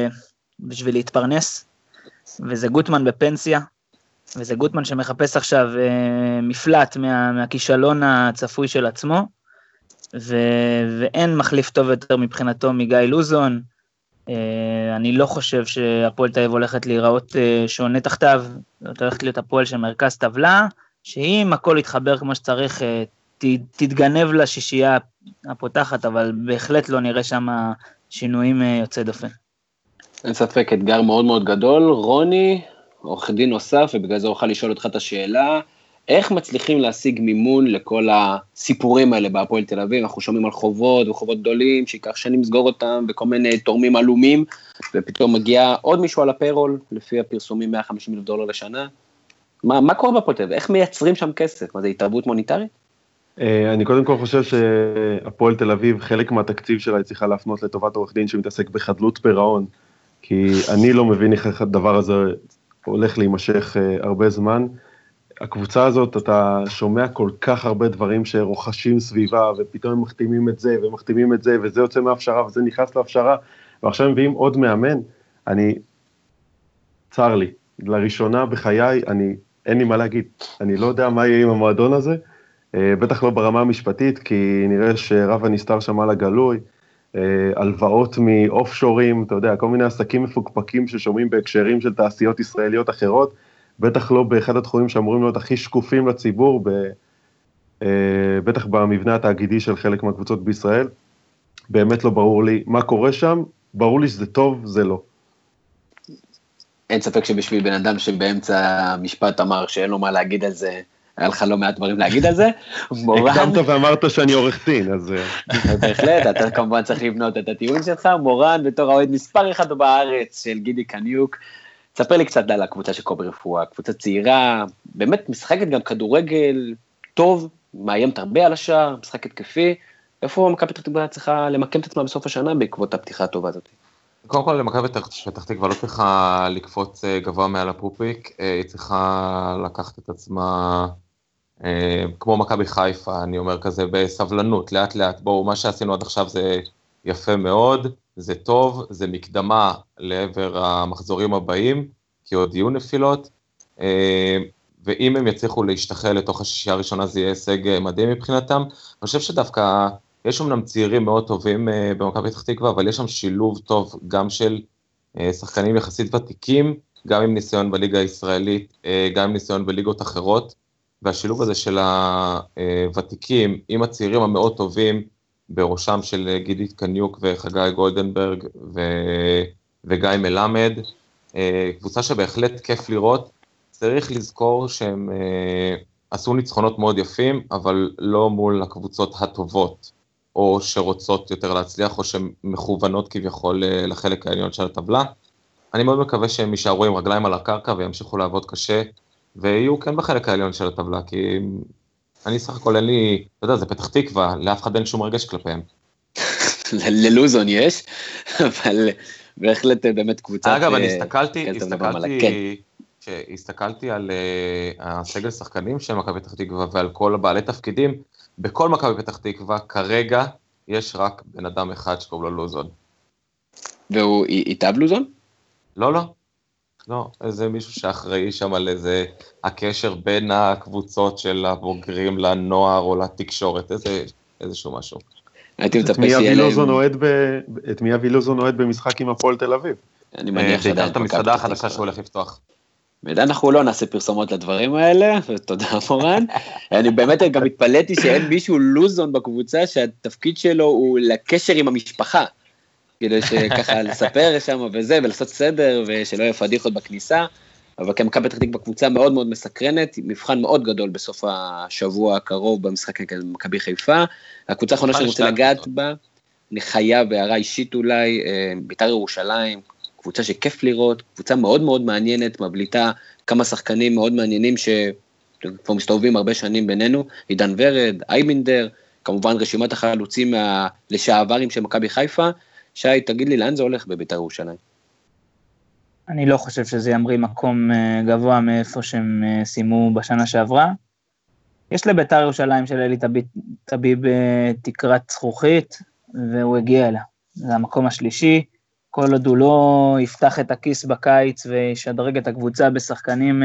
בשביל להתפרנס, וזה גוטמן בפנסיה, וזה גוטמן שמחפש עכשיו מפלט מה, מהכישלון הצפוי של עצמו, ו, ואין מחליף טוב יותר מבחינתו מגיא לוזון. אני לא חושב שהפועל תל אביב הולכת להיראות שונה תחתיו, הולכת להיות הפועל של מרכז טבלה, שאם הכל יתחבר כמו שצריך, תתגנב לשישייה הפותחת, אבל בהחלט לא נראה שם שינויים יוצא דופן. אין ספק, אתגר מאוד מאוד גדול. רוני, עורך דין נוסף, ובגלל זה אוכל לשאול אותך את השאלה, איך מצליחים להשיג מימון לכל הסיפורים האלה בהפועל תל אביב? אנחנו שומעים על חובות וחובות גדולים, שיקח שנים לסגור אותם, וכל מיני תורמים עלומים, ופתאום מגיע עוד מישהו על הפיירול, לפי הפרסומים מאה וחמישים אלף דולר לשנה. מה, מה קורה בהפועל תל אביב? איך מייצרים שם כסף? מה זה, התערבות מוניטרית? אני קודם כל חושב שהפועל תל אביב, חלק מהתקציב שלה היא צריכה להפנות לטובת עורך דין שמתעסק בחדלות פירעון, כי אני לא מבין איך הדבר הזה הולך להימשך הרבה זמן. הקבוצה הזאת, אתה שומע כל כך הרבה דברים שרוחשים סביבה, ופתאום הם מחתימים את זה, ומחתימים את זה, וזה יוצא מהפשרה, וזה נכנס להפשרה, ועכשיו מביאים עוד מאמן. אני, צר לי, לראשונה בחיי, אני, אין לי מה להגיד. אני לא יודע מה יהיה עם המועדון הזה, בטח לא ברמה המשפטית, כי נראה שרב הנסתר שם על הגלוי, הלוואות מאופשורים, אתה יודע, כל מיני עסקים מפוקפקים ששומעים בהקשרים של תעשיות ישראליות אחרות, בטח לא באחד התחומים שאמורים להיות הכי שקופים לציבור, בטח במבנה התאגידי של חלק מהקבוצות בישראל, באמת לא ברור לי מה קורה שם, ברור לי שזה טוב, זה לא. אין ספק שבשביל בן אדם שבאמצע המשפט אמר שאין לו מה להגיד על זה, היה לך לא מעט דברים להגיד על זה. הקדמת ואמרת שאני עורך דין, אז... בהחלט, אתה כמובן צריך לבנות את הטיעון שלך, מורן בתור האוהד מספר אחד בארץ של גידי קניוק, תספר לי קצת על הקבוצה של קובי רפואה, קבוצה צעירה, באמת משחקת גם כדורגל טוב, מאיימת הרבה על השער, משחקת כפי, איפה מכבי פתח תקווה צריכה למקם את עצמה בסוף השנה בעקבות הפתיחה הטובה הזאת? קודם כל למכבי פתח תקווה לא צריכה לקפוץ גבוה מעל הפופיק, היא צריכה לקחת את עצמה כמו מכבי חיפה, אני אומר כזה בסבלנות, לאט לאט, בואו, מה שעשינו עד עכשיו זה יפה מאוד, זה טוב, זה מקדמה לעבר המחזורים הבאים, כי עוד יהיו נפילות, ואם הם יצליחו להשתחל לתוך השישייה הראשונה, זה יהיה הישג מדהים מבחינתם. אני חושב שדווקא יש אומנם צעירים מאוד טובים במכבי פתח תקווה, אבל יש שם שילוב טוב גם של שחקנים יחסית ותיקים, גם עם ניסיון בליגה הישראלית, גם עם ניסיון בליגות אחרות, והשילוב הזה של הוותיקים עם הצעירים המאוד טובים, בראשם של גידית קניוק וחגי גולדנברג ו... וגיא מלמד, קבוצה שבהחלט כיף לראות, צריך לזכור שהם עשו ניצחונות מאוד יפים, אבל לא מול הקבוצות הטובות, או שרוצות יותר להצליח, או שמכוונות כביכול לחלק העליון של הטבלה. אני מאוד מקווה שהם יישארו עם רגליים על הקרקע, וימשיכו לעבוד קשה, ויהיו כן בחלק העליון של הטבלה, כי אני סך הכל אין לי, אתה יודע, זה פתח תקווה, לאף אחד אין שום רגש כלפיהם. ללוזון יש, אבל בהחלט באמת קבוצה... אגב, אני הסתכלתי, הסתכלתי, הסתכלתי על הסגל שחקנים של מכבי פתח תקווה, ועל כל הבעלי תפקידים, בכל מכבי פתח תקווה, כרגע יש רק בן אדם אחד שקוראים לו לוזון. והוא איתה בלוזון? לא, לא. לא, איזה מישהו שאחראי שם על איזה הקשר בין הקבוצות של הבוגרים לנוער או לתקשורת, איזה, איזשהו משהו. הייתי מצפה שיהיה להם... את מי אבי לוזון אוהד במשחק עם הפועל תל אביב? אני מניח שעדיין את המסעדה החדשה שהוא הולך לפתוח. אנחנו לא נעשה פרסומות לדברים האלה, ותודה מורן. אני באמת גם התפלאתי שאין מישהו לוזון בקבוצה, שהתפקיד שלו הוא לקשר עם המשפחה. כדי שככה לספר שם וזה, ולעשות סדר, ושלא יהיה פדיחות בכניסה, אבל כמכבי פתח תקווה בקבוצה מאוד מאוד מסקרנת, מבחן מאוד גדול בסוף השבוע הקרוב במשחק מכבי חיפה, הקבוצה האחרונה שאני רוצה לגעת בה, אני חייב בהערה אישית אולי, בית"ר ירושלים, קבוצה שכיף לראות, קבוצה מאוד מאוד מעניינת, מבליטה כמה שחקנים מאוד מעניינים, שכבר מסתובבים הרבה שנים בינינו, עידן ורד, איימינדר, כמובן רשימת החלוצים לשעברים של מכבי חיפה, שי, תגיד לי, לאן זה הולך בבית"ר ירושלים? אני לא חושב שזה ימריא מקום גבוה מאיפה שהם סיימו בשנה שעברה. יש לבית"ר ירושלים של אלי טביב תקרת זכוכית, והוא הגיע אליה. זה המקום השלישי, כל עוד הוא לא יפתח את הכיס בקיץ, וישדרג את הקבוצה בשחקנים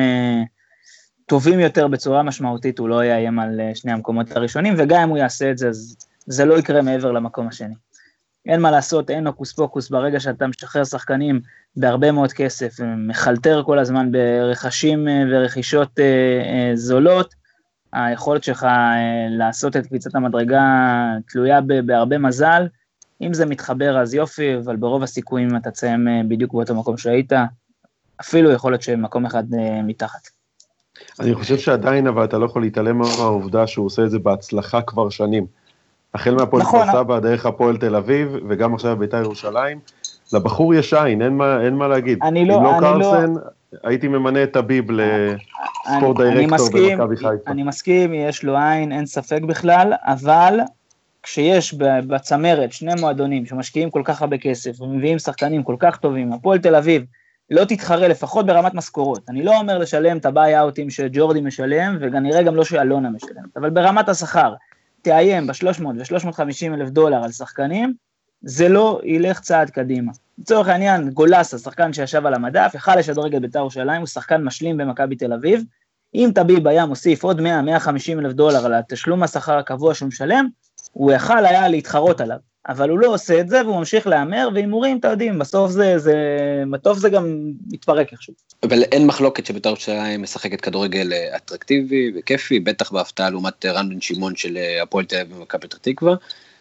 טובים יותר בצורה משמעותית, הוא לא יאיים על שני המקומות הראשונים, וגם אם הוא יעשה את זה, אז זה לא יקרה מעבר למקום השני. אין מה לעשות, אין נוקוס פוקוס, ברגע שאתה משחרר שחקנים בהרבה מאוד כסף, מחלטר כל הזמן ברכשים ורכישות זולות, היכולת שלך לעשות את קפיצת המדרגה תלויה בהרבה מזל, אם זה מתחבר אז יופי, אבל ברוב הסיכויים אתה תסיים בדיוק באותו מקום שהיית, אפילו יכול להיות שמקום אחד מתחת. אני חושב שעדיין, אבל אתה לא יכול להתעלם מהעובדה שהוא עושה את זה בהצלחה כבר שנים. החל מהפועל כפר סבא, דרך הפועל תל אביב, וגם עכשיו בית"ר ירושלים, לבחור יש עין, אין מה, אין מה להגיד. אני לא, אם לא אני קרסן, לא... הייתי ממנה את טביב לספורט דירקטור במכבי חיפה. אני מסכים, יש לו עין, אין ספק בכלל, אבל כשיש בצמרת שני מועדונים שמשקיעים כל כך הרבה כסף, ומביאים שחקנים כל כך טובים, הפועל תל אביב לא תתחרה לפחות ברמת משכורות. אני לא אומר לשלם את הביי-אוטים שג'ורדי משלם, וכנראה גם לא שאלונה משלם, אבל ברמת השכר, תאיים ב-שלוש מאות ו-שלוש מאות וחמישים אלף דולר על שחקנים, זה לא ילך צעד קדימה. לצורך העניין, גולס, השחקן שישב על המדף, יכל לשדרג את בית"ר ירושלים, הוא שחקן משלים במכבי תל אביב, אם טביב היה מוסיף עוד מאה עד מאה וחמישים אלף דולר על התשלום השכר הקבוע שהוא משלם, הוא יכל היה להתחרות עליו, אבל הוא לא עושה את זה, והוא ממשיך לאמר, ואימורים, אתה יודעים, בסוף זה, זה, מטוף זה גם מתפרק איכשהו. אבל אין מחלוקת שבית"ר ירושלים משחקת כדורגל אטרקטיבי וכיפי, בטח בהפתעה לעומת רן בן שמעון של הפועל תל אביב ומכבי פתח תקווה.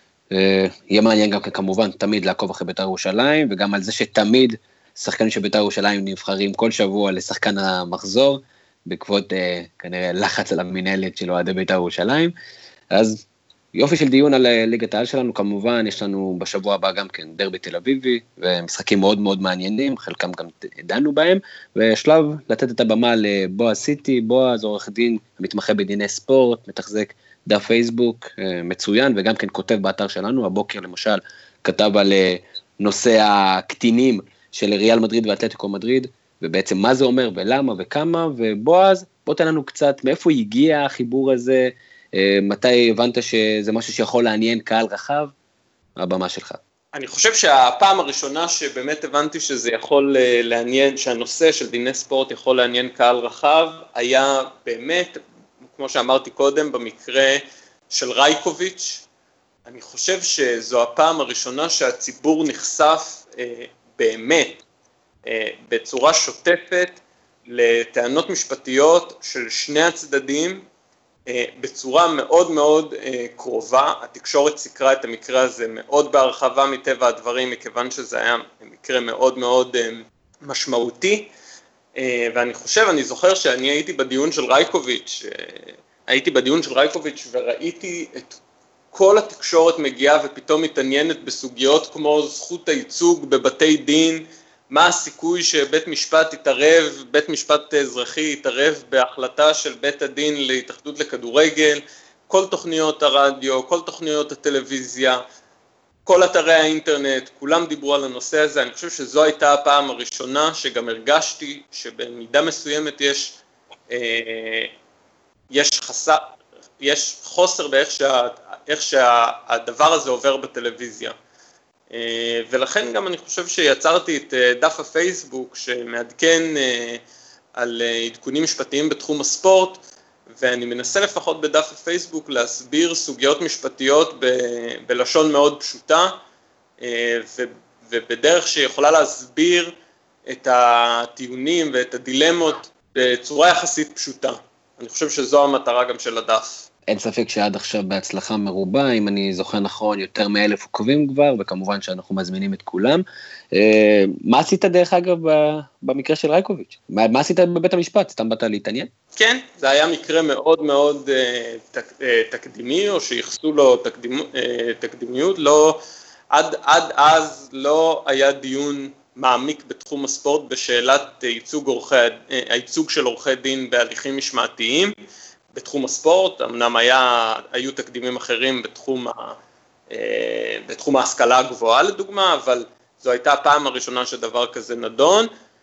יהיה מעניין גם כמובן תמיד לעקוב אחרי בית"ר ירושלים, וגם על זה שתמיד שחקנים של בית"ר ירושלים נבחרים כל שבוע לשחקן המחזור, בעקבות כנראה לחץ על המנהלת של אוהדי בית"ר ירושלים. אז יופי של דיון על ליגת העל שלנו, כמובן יש לנו בשבוע הבא גם כן דרבי תל אביבי, ומשחקים מאוד מאוד מעניינים, חלקם גם דנו בהם, ושלב לתת את הבמה לבועז סיטי, בועז עורך דין, מתמחה בדיני ספורט, מתחזק דף פייסבוק מצוין, וגם כן כותב באתר שלנו, הבוקר למשל כתב על נושא הקטינים של ריאל מדריד ואתלטיקו מדריד, ובעצם מה זה אומר ולמה וכמה, ובועז, בוא תן לנו קצת, מאיפה הגיע החיבור הזה, מתי הבנת שזה משהו שיכול לעניין קהל רחב, הבמה שלך. אני חושב שהפעם הראשונה שבאמת הבנתי שזה יכול לעניין, שהנושא של דיני ספורט יכול לעניין קהל רחב, היה באמת, כמו שאמרתי קודם, במקרה של רייקוביץ'. אני חושב שזו הפעם הראשונה שהציבור נחשף אה, באמת, אה, בצורה שוטפת, לטענות משפטיות של שני הצדדים, בצורה מאוד מאוד קרובה. התקשורת סיקרה את המקרה הזה מאוד בהרחבה מטבע הדברים, מכיוון שזה היה מקרה מאוד מאוד משמעותי, ואני חושב, אני זוכר שאני הייתי בדיון של רייקוביץ', הייתי בדיון של רייקוביץ' וראיתי את כל התקשורת מגיעה ופתאום מתעניינת בסוגיות כמו זכות הייצוג בבתי דין, מה הסיכוי שבית משפט יתערב, בית משפט אזרחי יתערב בהחלטה של בית הדין להתאחדות לכדורגל, כל תוכניות הרדיו, כל תוכניות הטלוויזיה, כל אתרי האינטרנט, כולם דיברו על הנושא הזה. אני חושב שזו הייתה הפעם הראשונה שגם הרגשתי שבמידה מסוימת יש, אה, יש, חסר, יש חוסר באיך שה, איך שהדבר הזה עובר בטלוויזיה. ולכן גם אני חושב שיצרתי את דף הפייסבוק שמעדכן על עדכונים משפטיים בתחום הספורט, ואני מנסה לפחות בדף הפייסבוק להסביר סוגיות משפטיות ב- בלשון מאוד פשוטה, ובדרך שיכולה להסביר את הטיעונים ואת הדילמות בצורה יחסית פשוטה. אני חושב שזו המטרה גם של הדף. אין ספק שעד עכשיו בהצלחה מרובה, אם אני זוכר נכון, יותר מאלף עוקבים כבר, וכמובן שאנחנו מזמינים את כולם. מה עשית דרך אגב במקרה של רייקוביץ'? מה עשית בבית המשפט? סתם באת להתעניין? כן, זה היה מקרה מאוד מאוד תקדימי, או שיחסו לו תקדימיות. לא, עד, עד אז לא היה דיון מעמיק בתחום הספורט בשאלת ייצוג, עורכי, הייצוג של עורכי דין בהליכים משמעתיים. בתחום הספורט, אמנם היה, היו תקדימים אחרים בתחום, ה, בתחום ההשכלה הגבוהה לדוגמה, אבל זו הייתה הפעם הראשונה שדבר כזה נדון,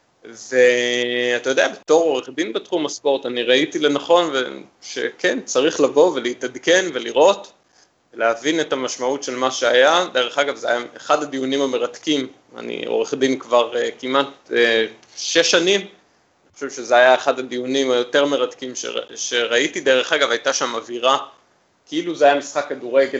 ואתה יודע, בתור עורך דין בתחום הספורט, אני ראיתי לנכון שכן, צריך לבוא ולהתעדכן ולראות, ולהבין את המשמעות של מה שהיה. דרך אגב, זה היה אחד הדיונים המרתקים, אני עורך דין כבר כמעט שש שנים, אני חושב שזה היה אחד הדיונים היותר מרתקים שראיתי. דרך אגב, הייתה שם אווירה, כאילו זה היה משחק כדורגל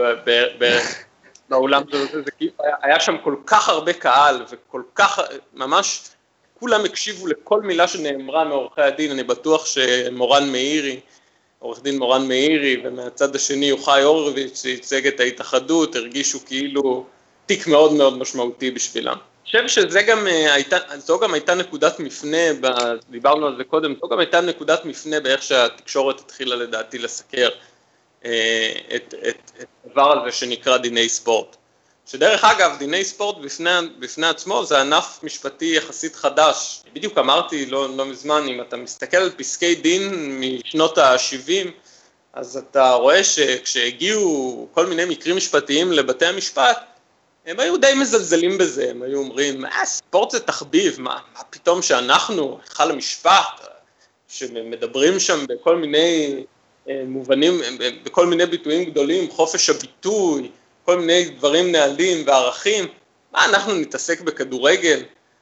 באולם, היה שם כל כך הרבה קהל, וכל כך, ממש, כולם הקשיבו לכל מילה שנאמרה מעורכי הדין. אני בטוח שמורן מאירי, עורך דין מורן מאירי, ומהצד השני יוחאי הורוביץ, שייצג את ההתאחדות, הרגישו כאילו תיק מאוד מאוד משמעותי בשבילם. אני חושב שזה גם הייתה, זו גם הייתה נקודת מפנה, דיברנו על זה קודם, זו גם הייתה נקודת מפנה באיך שהתקשורת התחילה לדעתי לסקר את, את, את הדבר הזה שנקרא דיני ספורט. שדרך אגב, דיני ספורט בפני, בפני עצמו זה ענף משפטי יחסית חדש. בדיוק אמרתי לא, לא מזמן, אם אתה מסתכל על פסקי דין משנות ה-שבעים, אז אתה רואה שכשהגיעו כל מיני מקרים משפטיים לבתי המשפט, הם היו די מזלזלים בזה, הם היו אומרים, מה, ספורט זה תחביב, מה, מה פתאום שאנחנו, היכל המשפט, שמדברים שם בכל מיני מובנים, בכל מיני ביטויים גדולים, חופש הביטוי, כל מיני דברים נעלים וערכים, מה, אנחנו נתעסק בכדורגל?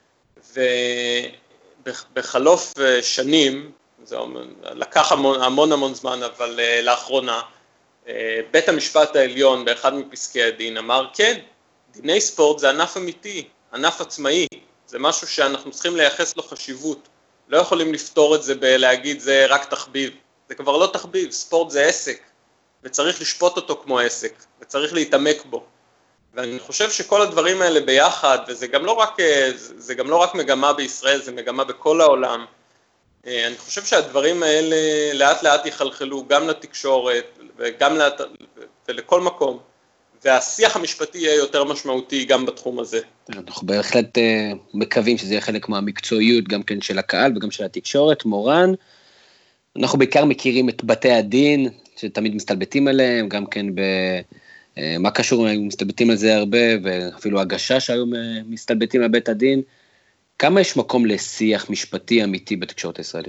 ובחלוף שנים, זה לקח המון המון, המון זמן, אבל לאחרונה, בית המשפט העליון באחד מפסקי הדין אמר, כן, דיני ספורט זה ענף אמיתי, ענף עצמאי, זה משהו שאנחנו צריכים לייחס לו חשיבות, לא יכולים לפתור את זה בלהגיד זה רק תחביב, זה כבר לא תחביב, ספורט זה עסק, וצריך לשפוט אותו כמו עסק, וצריך להתעמק בו, ואני חושב שכל הדברים האלה ביחד, וזה גם לא רק, זה גם לא רק מגמה בישראל, זה מגמה בכל העולם, אני חושב שהדברים האלה לאט לאט יחלחלו גם לתקשורת, וגם לאט, ולכל מקום, והשיח המשפטי יהיה יותר משמעותי גם בתחום הזה. אנחנו בהחלט מקווים שזה יהיה חלק מהמקצועיות גם כן של הקהל וגם של התקשורת. מורן, אנחנו בעיקר מכירים את בתי הדין, שתמיד מסתלבטים עליהם, גם כן במה קשור, מסתלבטים על זה הרבה, ואפילו הגשה שהיו מסתלבטים על בית הדין. כמה יש מקום לשיח משפטי אמיתי בתקשורת הישראלית?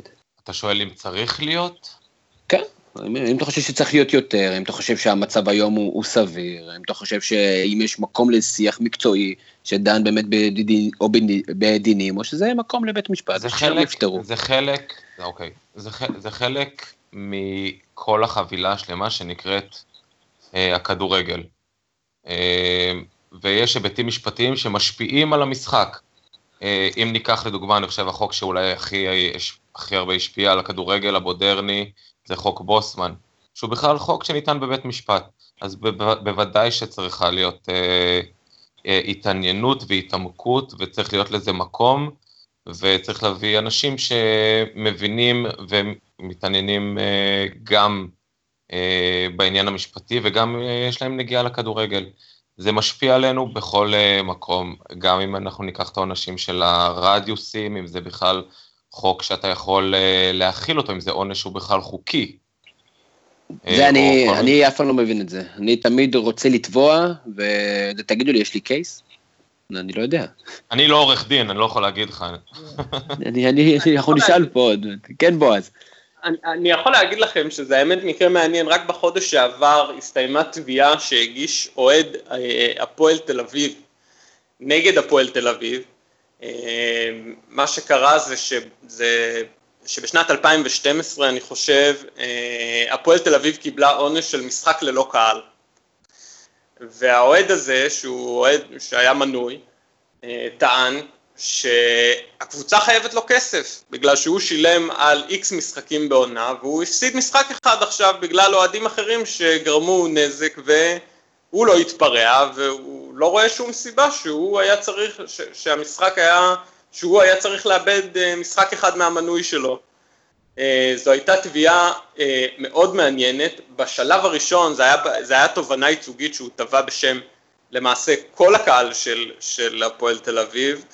אתה שואל אם צריך להיות? כן, אם אתה חושב שצריך להיות יותר, אם אתה חושב שהמצב היום הוא, הוא סביר, אם אתה חושב שאם יש מקום לשיח מקצועי, שדן באמת בדינים, או בדינים, או שזה מקום לבית משפט, זה חלק, זה חלק, אוקיי, זה, זה חלק מכל החבילה השלמה שנקראת אה, הכדורגל. אה, ויש היבטים משפטיים שמשפיעים על המשחק. אה, אם ניקח לדוגמה, אני חושב, החוק שאולי הכי, הכי הרבה השפיע על הכדורגל המודרני, זה חוק בוסמן, שהוא בכלל חוק שניתן בבית משפט. אז ב- ב- בוודאי שצריכה להיות אה, אה, התעניינות והתעמקות, וצריך להיות לזה מקום, וצריך להביא אנשים שמבינים ומתעניינים אה, גם אה, בעניין המשפטי, וגם אה, יש להם נגיעה לכדורגל. זה משפיע עלינו בכל אה, מקום, גם אם אנחנו ניקח את העונשים של הרדיוסים, אם זה בכלל חוק שאתה יכול אה, להכיל אותו, אם זה עונש שהוא בכלל חוקי. זה אני, אני אף פעם לא מבין את זה. אני תמיד רוצה לתבוע, ותגידו לי, יש לי קייס? אני לא יודע. אני לא עורך דין, אני לא יכול להגיד לך. אני, אני, אנחנו נשאל פה עוד. כן, בועז. אני, אני יכול להגיד לכם שזה האמת מקרה מעניין, רק בחודש שעבר הסתיימה תביעה שהגיש אוהד הפועל תל אביב, נגד הפועל תל אביב. מה שקרה זה שזה... שבשנת אלפיים ושתים עשרה, אני חושב, הפועל תל אביב קיבלה עונש של משחק ללא קהל. והאוהד הזה, שהוא אוהד שהיה מנוי, טען שהקבוצה חייבת לו כסף, בגלל שהוא שילם על איקס משחקים בעונה, והוא הפסיד משחק אחד עכשיו בגלל אוהדים אחרים שגרמו נזק, והוא לא התפרע, והוא לא רואה שום סיבה שהוא היה צריך, שהמשחק היה... שהוא היה צריך לאבד משחק אחד מהמנוי שלו. זו הייתה תביעה מאוד מעניינת. בשלב הראשון זה היה, זה היה תובנה ייצוגית שהוא טבע בשם למעשה כל הקהל של, של הפועל תל אביב,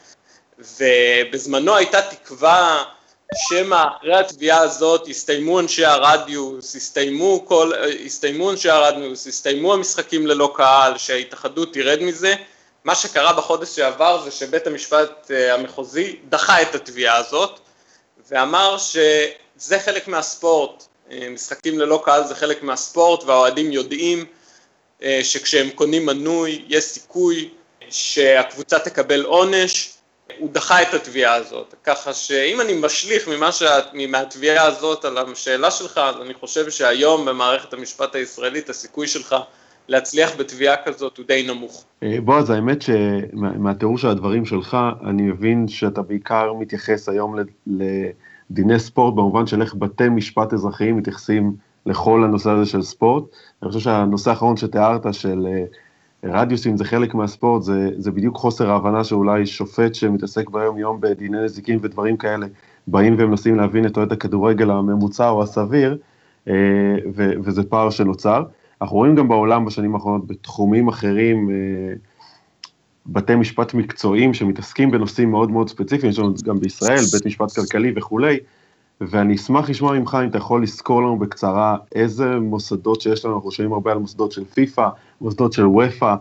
ובזמנו הייתה תקווה שמה אחרי התביעה הזאת הסתיימו אנשי הרדיוס, הסתיימו, כל, הסתיימו אנשי הרדיוס, הסתיימו המשחקים ללא קהל, שההתאחדות תירד מזה. מה שקרה בחודש שעבר זה שבית המשפט המחוזי דחה את התביעה הזאת, ואמר שזה חלק מהספורט, משחקים ללא קהל זה חלק מהספורט, והאוהדים יודעים שכשהם קונים מנוי יש סיכוי שהקבוצה תקבל עונש. הוא דחה את התביעה הזאת, ככה שאם אני משליך ממה שאת, מהתביעה הזאת על השאלה שלך, אז אני חושב שהיום במערכת המשפט הישראלית הסיכוי שלך להצליח בתביעה כזאת הוא די נמוך. בועז, האמת שמהתיאור של הדברים שלך, אני מבין שאתה בעיקר מתייחס היום לדיני ספורט, במובן של איך בתי משפט אזרחיים מתייחסים לכל הנושא הזה של ספורט. אני חושב שהנושא האחרון שתיארת של רדיוסים זה חלק מהספורט, זה, זה בדיוק חוסר ההבנה שאולי שופט שמתעסק ביום יום בדיני נזיקים ודברים כאלה, באים ומנסים להבין את אוהד הכדורגל הממוצע או הסביר, ו, וזה פער שנוצר. אנחנו רואים גם בעולם בשנים האחרונות בתחומים אחרים, בתי משפט מקצועיים שמתעסקים בנושאים מאוד מאוד ספציפיים, יש לנו גם בישראל, בית משפט כלכלי וכולי, ואני אשמח לשמוע ממך אם אתה יכול לזכור לנו בקצרה איזה מוסדות שיש לנו, אנחנו שומעים הרבה על מוסדות של פיפה, מוסדות של וויפה,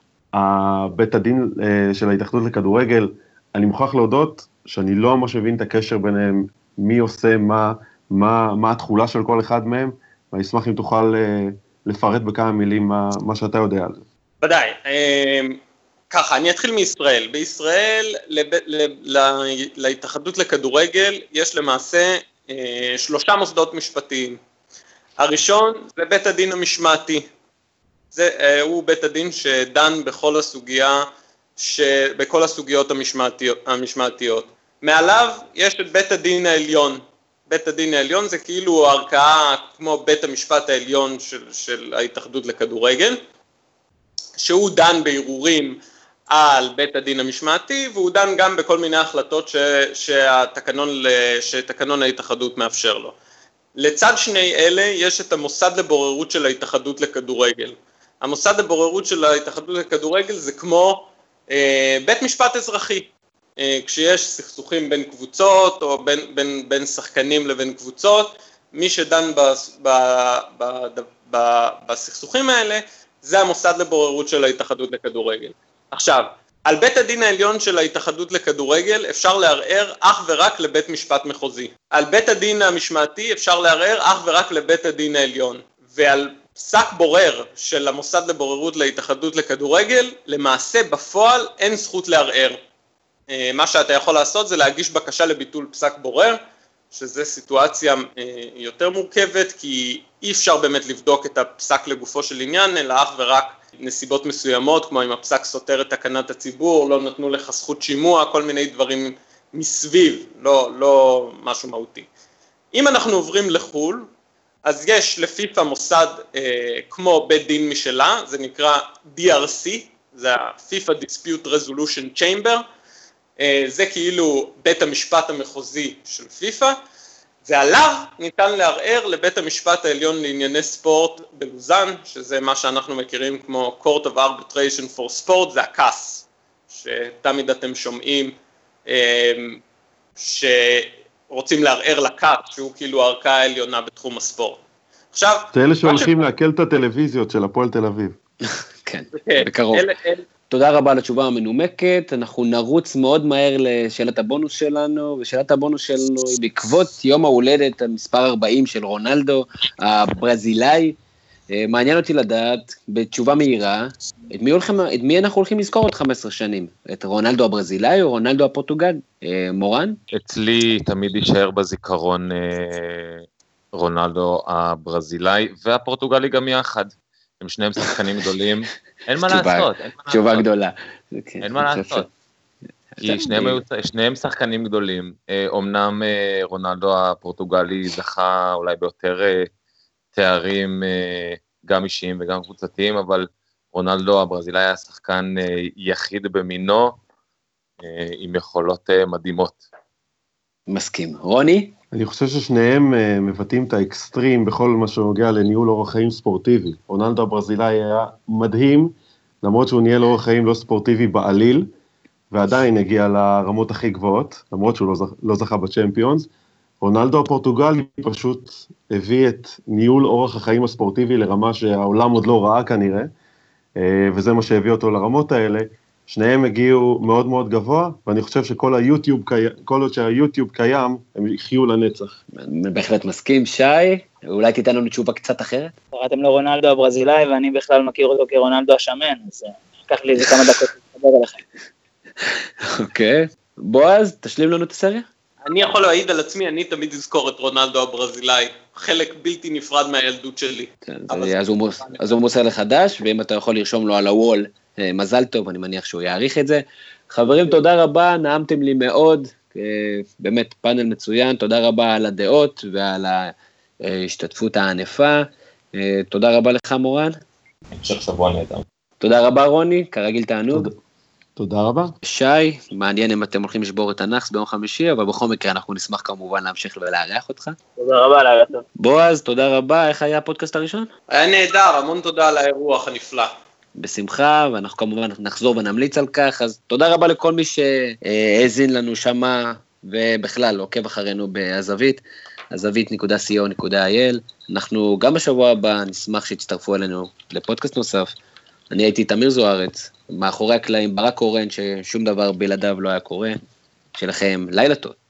בית הדין של ההתאחדות לכדורגל, אני מוכרח להודות שאני לא ממש מבין את הקשר ביניהם, מי עושה מה, מה, מה התחולה של כל אחד מהם, ואני אשמח אם תוכל לפרט בכמה מילים מה, מה שאתה יודע על זה. ודאי, ככה, אני אתחיל מישראל. בישראל, לב, לב, לה, להתאחדות לכדורגל, יש למעשה שלושה מוסדות משפטיים. הראשון זה בית הדין המשמעתי. זה, הוא בית הדין שדן בכל הסוגיה, בכל הסוגיות המשמעתיות, המשמעתיות. מעליו יש את בית הדין העליון. בית הדין העליון זה כאילו ערכאה כמו בית המשפט העליון של, של ההתאחדות לכדורגל, שהוא דן בערעורים על בית הדין המשמעתי, והוא דן גם בכל מיני החלטות ש, שהתקנון, שתקנון ההתאחדות מאפשר לו. לצד שני אלה יש את המוסד לבוררות של ההתאחדות לכדורגל. המוסד לבוררות של ההתאחדות לכדורגל זה כמו אה, בית משפט אזרחי. כשיש סכסוכים בין קבוצות או בין, בין, בין שחקנים לבין קבוצות, מי שדן ב, ב, ב, ב, בסכסוכים האלה, זה המוסד לבוררות של ההתאחדות לכדורגל. עכשיו, על בית הדין העליון של ההתאחדות לכדורגל אפשר לערער אך ורק לבית משפט מחוזי. על בית הדין המשמעתי אפשר לערער אך ורק לבית הדין העליון. ועל פסק בורר של המוסד לבוררות להתאחדות לכדורגל, למעשה בפועל אין זכות לערער. מה שאתה יכול לעשות זה להגיש בקשה לביטול פסק בורר, שזה סיטואציה יותר מורכבת, כי אי אפשר באמת לבדוק את הפסק לגופו של עניין, אלא אך ורק נסיבות מסוימות, כמו אם הפסק סותר את תקנת הציבור, לא נתנו לך זכות שימוע, כל מיני דברים מסביב, לא, לא משהו מהותי. אם אנחנו עוברים לחול, אז יש לפיפ"א מוסד אה, כמו בית דין משלה, זה נקרא די אר סי, זה ה-FIFA Dispute Resolution Chamber, אה, זה כאילו בית המשפט המחוזי של פיפ"א, ועליו ניתן לערער לבית המשפט העליון לענייני ספורט בלוזן, שזה מה שאנחנו מכירים כמו Court of Arbitration for Sport, זה הקאס, שתמיד אתם שומעים אה, שרוצים לערער לקאס, שהוא כאילו הערכאה העליונה בתחום הספורט. עכשיו... זה אלה שהולכים להקל את הטלוויזיות של הפועל תל אביב. כן, בקרוב. תודה רבה על התשובה המנומקת, אנחנו נרוץ מאוד מהר לשאלת הבונוס שלנו, ושאלת הבונוס שלנו היא בעקבות יום ההולדת המספר ארבעים של רונלדו הברזילאי. מעניין אותי לדעת, בתשובה מהירה, את מי, הולכים, את מי אנחנו הולכים לזכור עוד חמש עשרה שנים? את רונלדו הברזילאי או רונלדו הפורטוגל? מורן? אצלי תמיד יישאר בזיכרון רונלדו הברזילאי והפורטוגלי גם יחד. הם שניהם שחקנים גדולים, אין מה לעשות. תשובה גדולה. אין מה לעשות. כי שניהם שחקנים גדולים, אומנם רונלדו הפורטוגלי זכה אולי ביותר תארים גם אישיים וגם קבוצתיים, אבל רונלדו הברזילאי היה שחקן יחיד במינו, עם יכולות מדהימות. מסכים. רוני? אני חושב ששניהם מבטאים את האקסטרים בכל מה שנוגע לניהול אורח חיים ספורטיבי. רונלדו הברזילאי היה מדהים, למרות שהוא ניהל אורח חיים לא ספורטיבי בעליל, ועדיין הגיע לרמות הכי גבוהות, למרות שהוא לא זכה, לא זכה בצ'מפיונס. רונלדו הפורטוגלי פשוט הביא את ניהול אורח החיים הספורטיבי לרמה שהעולם עוד לא ראה כנראה, וזה מה שהביא אותו לרמות האלה. שניהם הגיעו מאוד מאוד גבוה, ואני חושב שכל היוטיוב, כל עוד שהיוטיוב קיים, הם יחיו לנצח. בהחלט מסכים. שי, אולי תיתן לנו תשובה קצת אחרת? קראתם לו רונלדו הברזילאי, ואני בכלל מכיר אותו כרונלדו השמן, אז לקח לי איזה כמה דקות לדבר עליכם. אוקיי. בועז, תשלים לנו את הסריה? אני יכול להעיד על עצמי, אני תמיד אזכור את רונלדו הברזילאי, חלק בלתי נפרד מהילדות שלי. אז הוא מוסר לחדש, ואם אתה יכול לרשום לו על הוול, מזל טוב, אני מניח שהוא יעריך את זה. חברים, תודה רבה, נעמתם לי מאוד, באמת פאנל מצוין, תודה רבה על הדעות ועל ההשתתפות הענפה, תודה רבה לך מורן. המשך שבוע נהדר. תודה רבה רוני, כרגיל תענוג. תודה רבה. שי, מעניין אם אתם הולכים לשבור את הנאחס ביום חמישי, אבל בכל מקרה אנחנו נשמח כמובן להמשיך ולארח אותך. תודה רבה, לילה טוב. בועז, תודה רבה, איך היה הפודקאסט הראשון? היה נהדר, המון תודה על האירוח הנפלא. בשמחה, ואנחנו כמובן נחזור ונמליץ על כך, אז תודה רבה לכל מי שהאזין לנו שמה, ובכלל עוקב אחרינו בהזווית, הזווית נקודה סי או נקודה איי אל, אנחנו גם בשבוע הבא נשמח שיצטרפו אלינו לפודקאסט נוסף, אני הייתי תמיר זוארץ, מאחורי הקלעים ברק אורן, ששום דבר בלעדיו לא היה קורה, שלכם לילה טוב.